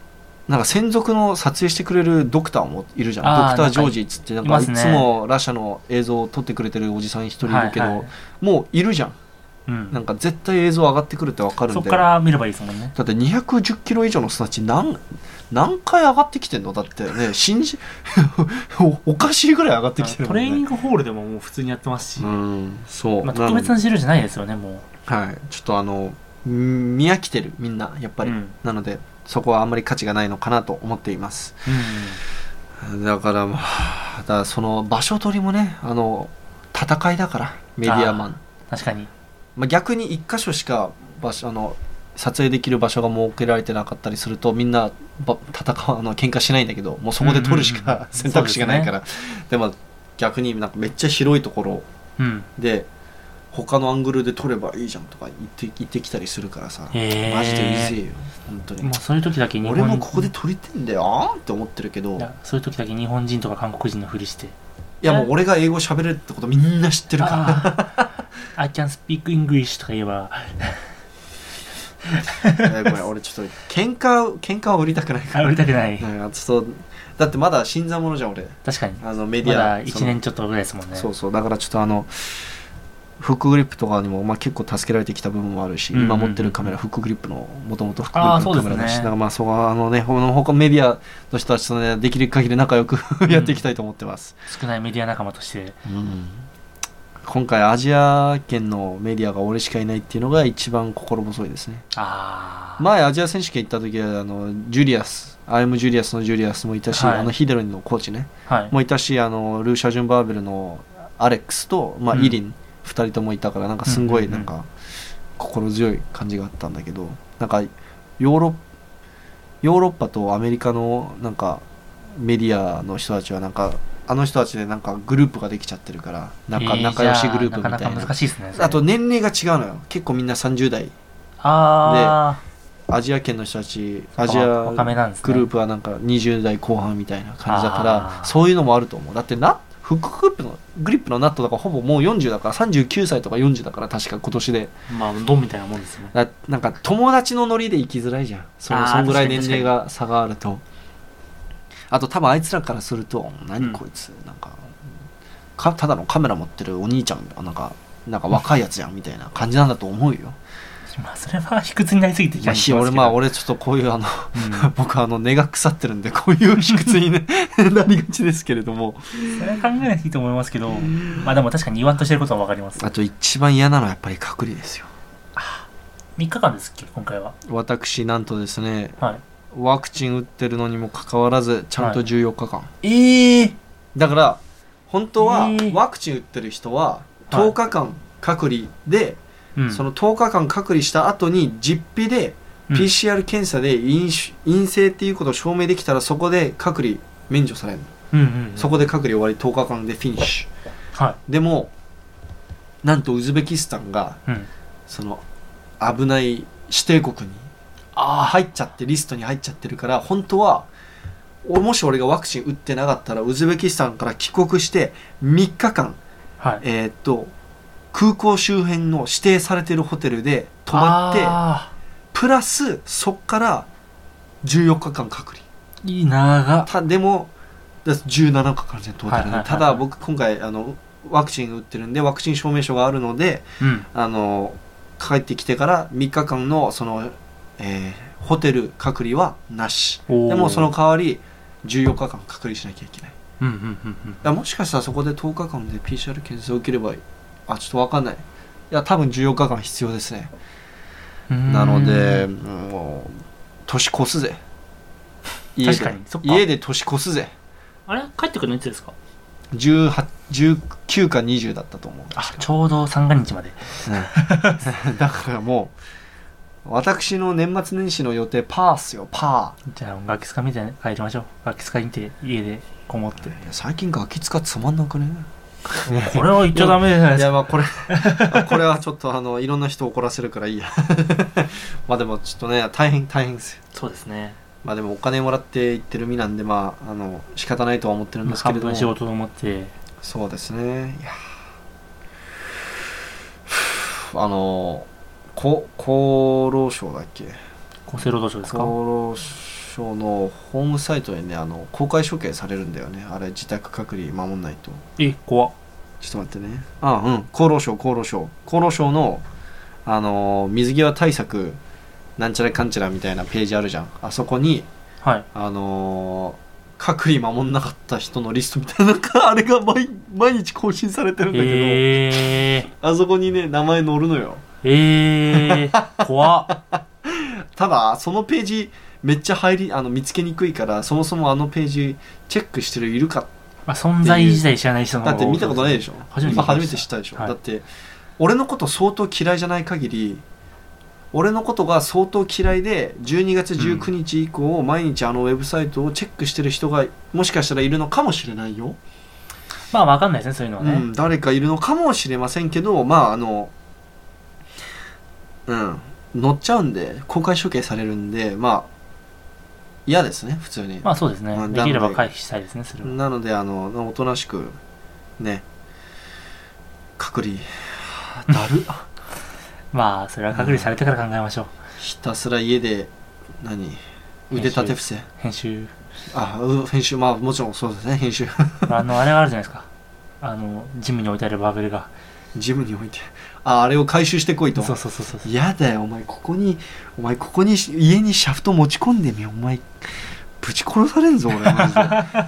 なんか専属の撮影してくれるドクターもいるじゃん。ドクタージョージっつってなんかいつもラシャの映像を撮ってくれてるおじさん一人いるけど、はいはい、もういるじゃん、うん、なんか絶対映像上がってくるって分かるんで、 そこから見ればいいですもんね。 だって210キロ以上の人たち何回上がってきてんのだってねおかしいぐらい上がってきてるもんね。 トレーニングホールでももう普通にやってますし、 うん、そう、 まあ、特別な資料じゃないですよねもう。はい、ちょっと見飽きてるみんなやっぱり、うん、なのでそこはあんまり価値がないのかなと思っています、うん、だからその場所取りもね戦いだからメディアマン。 確かに、 まあ、逆に一箇所しか撮影できる場所が設けられてなかったりするとみんな喧嘩しないんだけど、もうそこで撮るしか選択肢がないから、でも逆になんかめっちゃ広いところで、他のアングルで撮ればいいじゃんとか言ってきたりするからさ、マジでうぜえよ本当に。 もうそういう時だけ俺もここで撮りてんだよって思ってるけど、 そういう時だけ日本人とか韓国人のふりして、 いやもう俺が英語喋れるってことみんな知ってるから I can speak English とか言えばこれ俺ちょっと喧嘩は売りたくないから。 売りたくない、 だってまだ新参者じゃん俺。 確かにメディアまだ1年ちょっとぐらいですもんね。 そうだからちょっとフックグリップとかにも、まあ、結構助けられてきた部分もあるし、今持ってるカメラフックグリップのもともとフックグリップのカメラだし、だからまあそこは他メディアの人たちとねできる限り仲良くやっていきたいと思ってます、 少ないメディア仲間として、 今回アジア圏のメディアが俺しかいないっていうのが一番心細いですね。前アジア選手権行った時はジュリアスアイムジュリアスのジュリアスもいたし、はい、ヒデロンのコーチね、はい、もいたしルーシャ・ジュンバーベルのアレックスと、イリン2人ともいたから、なんかすごいなんか心強い感じがあったんだけど、なんかヨーロッパとアメリカのなんかメディアの人たちはなんか人たちでなんかグループができちゃってるから、仲良しグループみたいな。 なかなか難しいですね。 あと年齢が違うのよ。結構みんな30代で、アジア圏の人たちアジアグループはなんか20代後半みたいな感じだから、そういうのもあると思う。だってフックグリップのナットだからほぼもう40だから39歳とか40だから確か今年で、 まあドンみたいなもんですね。 なんか友達のノリで生きづらいじゃん。そんぐらい年齢が差があると。あと多分あいつらからすると何こいつ、なんかただのカメラ持ってるお兄ちゃんなんか若いやつじゃんみたいな感じなんだと思うよ。 まあそれは卑屈になりすぎてきますけど、 俺ちょっとこういう僕根が腐ってるんでこういう卑屈に、ね、なりがちですけれども、 それは考えなくていいと思いますけど、まあでも確かに言わんとしてることは分かります。 あと一番嫌なのはやっぱり隔離ですよ。 3日間ですっけ今回は。 私なんとですね、 はい、 ワクチン打ってるのにもかかわらずちゃんと14日間、だから本当はワクチン打ってる人は10日間隔離で、その10日間隔離した後に実費で PCR 検査で陰性っていうことを証明できたらそこで隔離免除されるの、そこで隔離終わり10日間でフィニッシュ、はい、でもなんとウズベキスタンが、その危ない指定国に入っちゃってリストに入っちゃってるから、本当はもし俺がワクチン打ってなかったらウズベキスタンから帰国して3日間、はい、空港周辺の指定されてるホテルで泊まってプラスそっから14日間隔離。 いい長でも17日間じゃんトータルで、ただ僕今回ワクチン打ってるんでワクチン証明書があるので、帰ってきてから3日間のその、ホテル隔離はなしでもその代わり14日間隔離しなきゃいけない、もしかしたらそこで10日間で PCR 検査を受ければちょっと分かんない。いや多分14日間必要ですね。なのでもう年越すぜ。 確かに家で年越すぜ。 あれ帰ってくるのいつですか ？19か20だったと思う。 ちょうど三が日まで、 だからもう私の年末年始の予定パーっすよ。パー。 じゃあガキ使見て帰りましょう。ガキ使見て家でこもって。 最近ガキ使つまんなくね？ これは言っちゃダメじゃないですか。 いやまあこれはちょっといろんな人を怒らせるからいいやまあでもちょっとね大変ですよ。 そうですね。 まあでもお金もらって行ってる身なんで仕方ないとは思ってるんですけれども、 半分仕事と思って。 そうですね。いや厚労省だっけ？ 厚生労働省ですか？ 厚労省のホームサイトでね公開処刑されるんだよね。あれ自宅隔離守んないと。 怖っ。 ちょっと待ってね。厚労省の水際対策なんちゃらかんちゃらみたいなページあるじゃん。あそこに、 はい、 隔離守んなかった人のリストみたいなあれが毎日更新されてるんだけど、あそこにね名前載るのよ。 怖っ。 ただそのページめっちゃ見つけにくいから、そもそもあのページチェックしてるいるか、 存在自体知らない人のだって見たことないでしょ。今初めて知ったでしょ、 はい、 だって俺のこと相当嫌いじゃない限り、俺のことが相当嫌いで12月19日以降、毎日ウェブサイトをチェックしてる人がもしかしたらいるのかもしれないよ。 分かんないですね、そういうのはね、 誰かいるのかもしれませんけど、乗っちゃうんで公開処刑されるんで、嫌ですね普通に。 そうですね、できれば回避したいですね、それは。 なのでおとなしくね隔離だるそれは隔離されてから考えましょう。 ひたすら家で腕立て伏せ編集編集もちろんそうですね、編集あれがあるじゃないですか、ジムに置いてあるバーベルが。 ジムに置いてあれを回収してこいと。 そうやだよお前ここに家にシャフト持ち込んでみよ、お前ぶち殺されんぞ俺マジで確か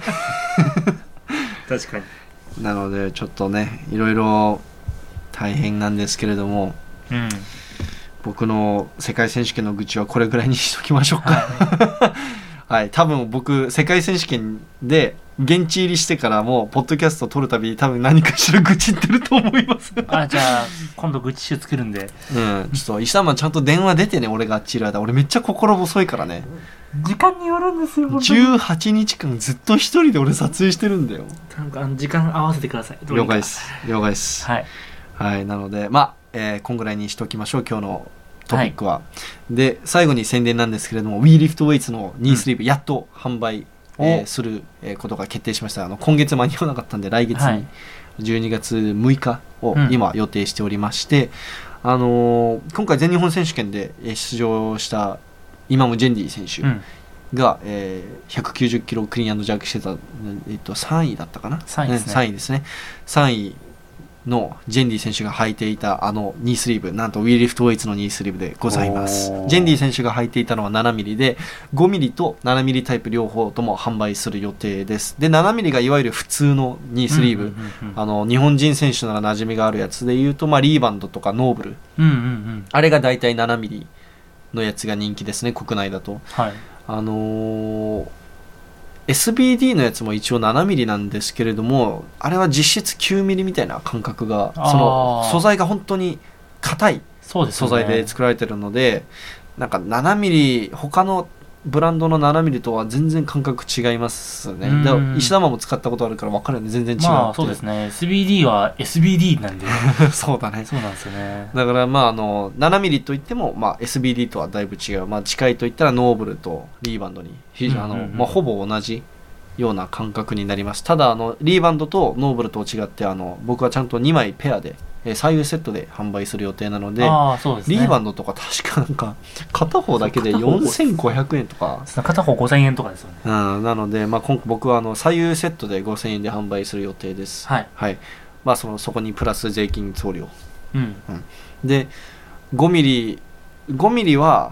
に。なのでちょっとねいろいろ大変なんですけれども、僕の世界選手権の愚痴はこれぐらいにしときましょうか。はい、多分僕世界選手権で現地入りしてからもポッドキャスト撮るたびに多分何かしら愚痴ってると思います。 じゃあ今度愚痴集作るんで、 ちょっと石田マンちゃんと電話出てね、俺があっちいる間。俺めっちゃ心細いからね。 時間によるんですよ。 18日間ずっと一人で俺撮影してるんだよ。 時間合わせてください。 了解ですはい、なのでこんぐらいにしときましょう今日のトピックは、で最後に宣伝なんですけれども WeLiftWeights のニースリーブ、やっと販売、することが決定しました。今月間に合わなかったんで来月に12月6日を今予定しておりまして、今回全日本選手権で出場したイマム・ジェンディ選手が、190キロクリーン&ジャークしてた、3位だったかな、3位ですね。3位のジェンディ選手が履いていたニースリーブ、なんと WeLiftWeights のニースリーブでございます。ジェンディ選手が履いていたのは 7mm で 5mm と 7mm タイプ両方とも販売する予定です。で 7mm がいわゆる普通のニースリーブ、日本人選手なら馴染みがあるやつでいうと、リーバンドとかノーブル、あれがだいたい 7mm のやつが人気ですね、国内だと。SBD のやつも一応 7mm なんですけれども、あれは実質 9mm みたいな感覚が、その素材が本当に硬い素材で作られてるので、なんか 7mm 他のブランドの 7mm とは全然感覚違いますね。だから石田マンも使ったことあるから分かるよね、全然違うって。 そうですね、 SBD は SBD なんでそうだね、 そうなんですよね。 だから7mm といっても、SBD とはだいぶ違う、近いといったらノーブルとリーバンドにほぼ同じような感覚になります。ただリーバンドとノーブルと違って僕はちゃんと2枚ペアで左右セットで販売する予定なので、 そうですね、 リーバンドとか確かなんか片方だけで4500円とか、 片方5000円とかですよね。 なので、今回僕は左右セットで5000円で販売する予定です。はい、そこにプラス税金送料、で 5mm は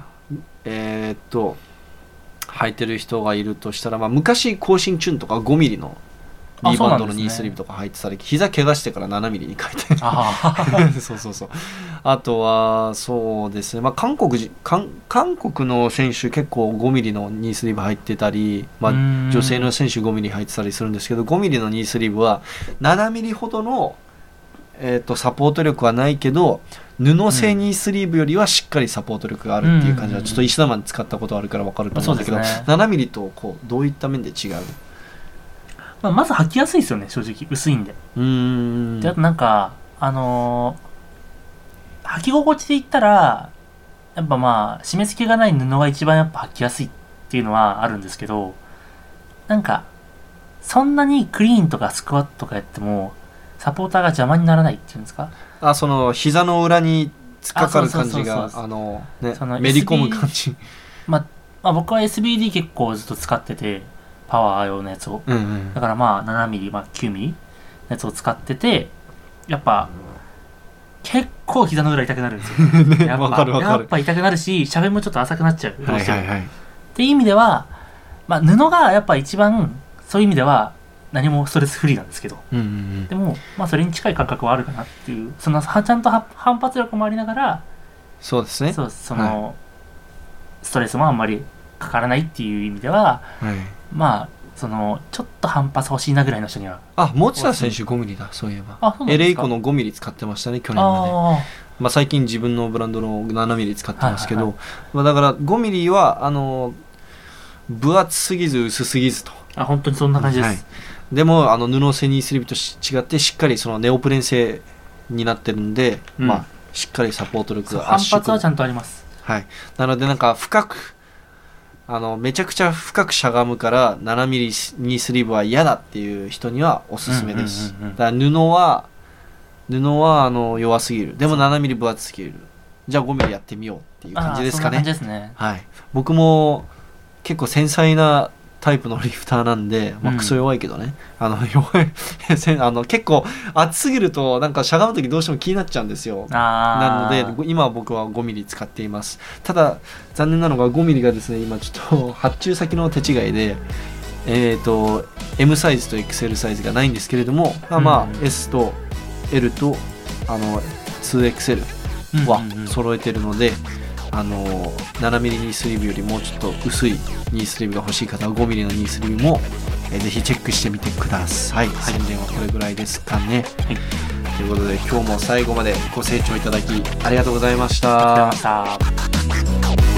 履いてる人がいるとしたら、昔更新チューンとか 5mm のリーバンドのニースリーブとか履いてたり、膝怪我してから 7mm に変えてそうあとはそうですね、韓国の選手結構 5mm のニースリーブ履いてたり、女性の選手 5mm 履いてたりするんですけど、 5mm のニースリーブは 7mm ほどのサポート力はないけど、布製ニースリーブよりはしっかりサポート力があるっていう感じは、ちょっと石田マン使ったことあるから分かると思うんだけど、7mm とどういった面で違う？ まず履きやすいですよね、正直薄いんで。で、あとなんか履き心地で言ったらやっぱ締め付けがない布が一番やっぱ履きやすいっていうのはあるんですけど、なんかそんなにクリーンとかスクワットとかやってもサポーターが邪魔にならないっていうんですか。 その膝の裏に突っかかる感じがめり込む感じ。 まあ、僕は SBD 結構ずっと使ってて、パワー用のやつを。 うんうん。 だからまあ 7mm、まあ、9mm のやつを使ってて、やっぱ、結構膝の裏痛くなるんですよ。 ね、 やっぱわかるわかる。 やっぱ痛くなるし、斜面もちょっと浅くなっちゃう。どうしても。 はいはいはい。 っていう意味では、まあ、布がやっぱ一番、そういう意味では、何もストレスフリーなんですけど。 うんうんうん。 でも、まあ、それに近い感覚はあるかなっていう、ちゃんと反発力もありながら、 そうですね。 そう、ストレスもあんまりかからないっていう意味では、 はい。 まあ、ちょっと反発欲しいなぐらいの人には。 あ、持田選手5ミリだ、そういえば。 あ、そうなんエですか。 レイコの5ミリ使ってましたね、去年まで。 あまあ、最近自分のブランドの7ミリ使ってますけど、 はいはいまあ、だから5ミリは分厚すぎず薄すぎずと。 あ、本当にそんな感じです。 はい、でも布製ニースリーブと違ってしっかりそのネオプレン製になってるんで、 うんまあ、しっかりサポート力が反発はちゃんとあります。 はい、なのでなんか深くめちゃくちゃ深くしゃがむから7ミリニースリーブは嫌だっていう人にはおすすめです。だから布は弱すぎる。でも7ミリ分厚すぎる。じゃあ5ミリやってみようっていう感じですかね。 そんな感じですね。 はい。僕も結構繊細なタイプのリフターなんで、まあ、クソ弱いけどね。弱い結構厚すぎるとなんかしゃがむときどうしても気になっちゃうんですよ。なので今は僕は5ミリ使っています。ただ残念なのが5ミリがですね、今ちょっと発注先の手違いでM サイズと XL サイズがないんですけれども、まあ S と L と2XL は揃えてるので、7ミリニースリーブよりもうちょっと薄いニースリーブが欲しい方は5ミリのニースリーブも、ぜひチェックしてみてください。宣伝はこれぐらいですかね。はい、ということで今日も最後までご清聴いただきありがとうございました。 ありがとうございました。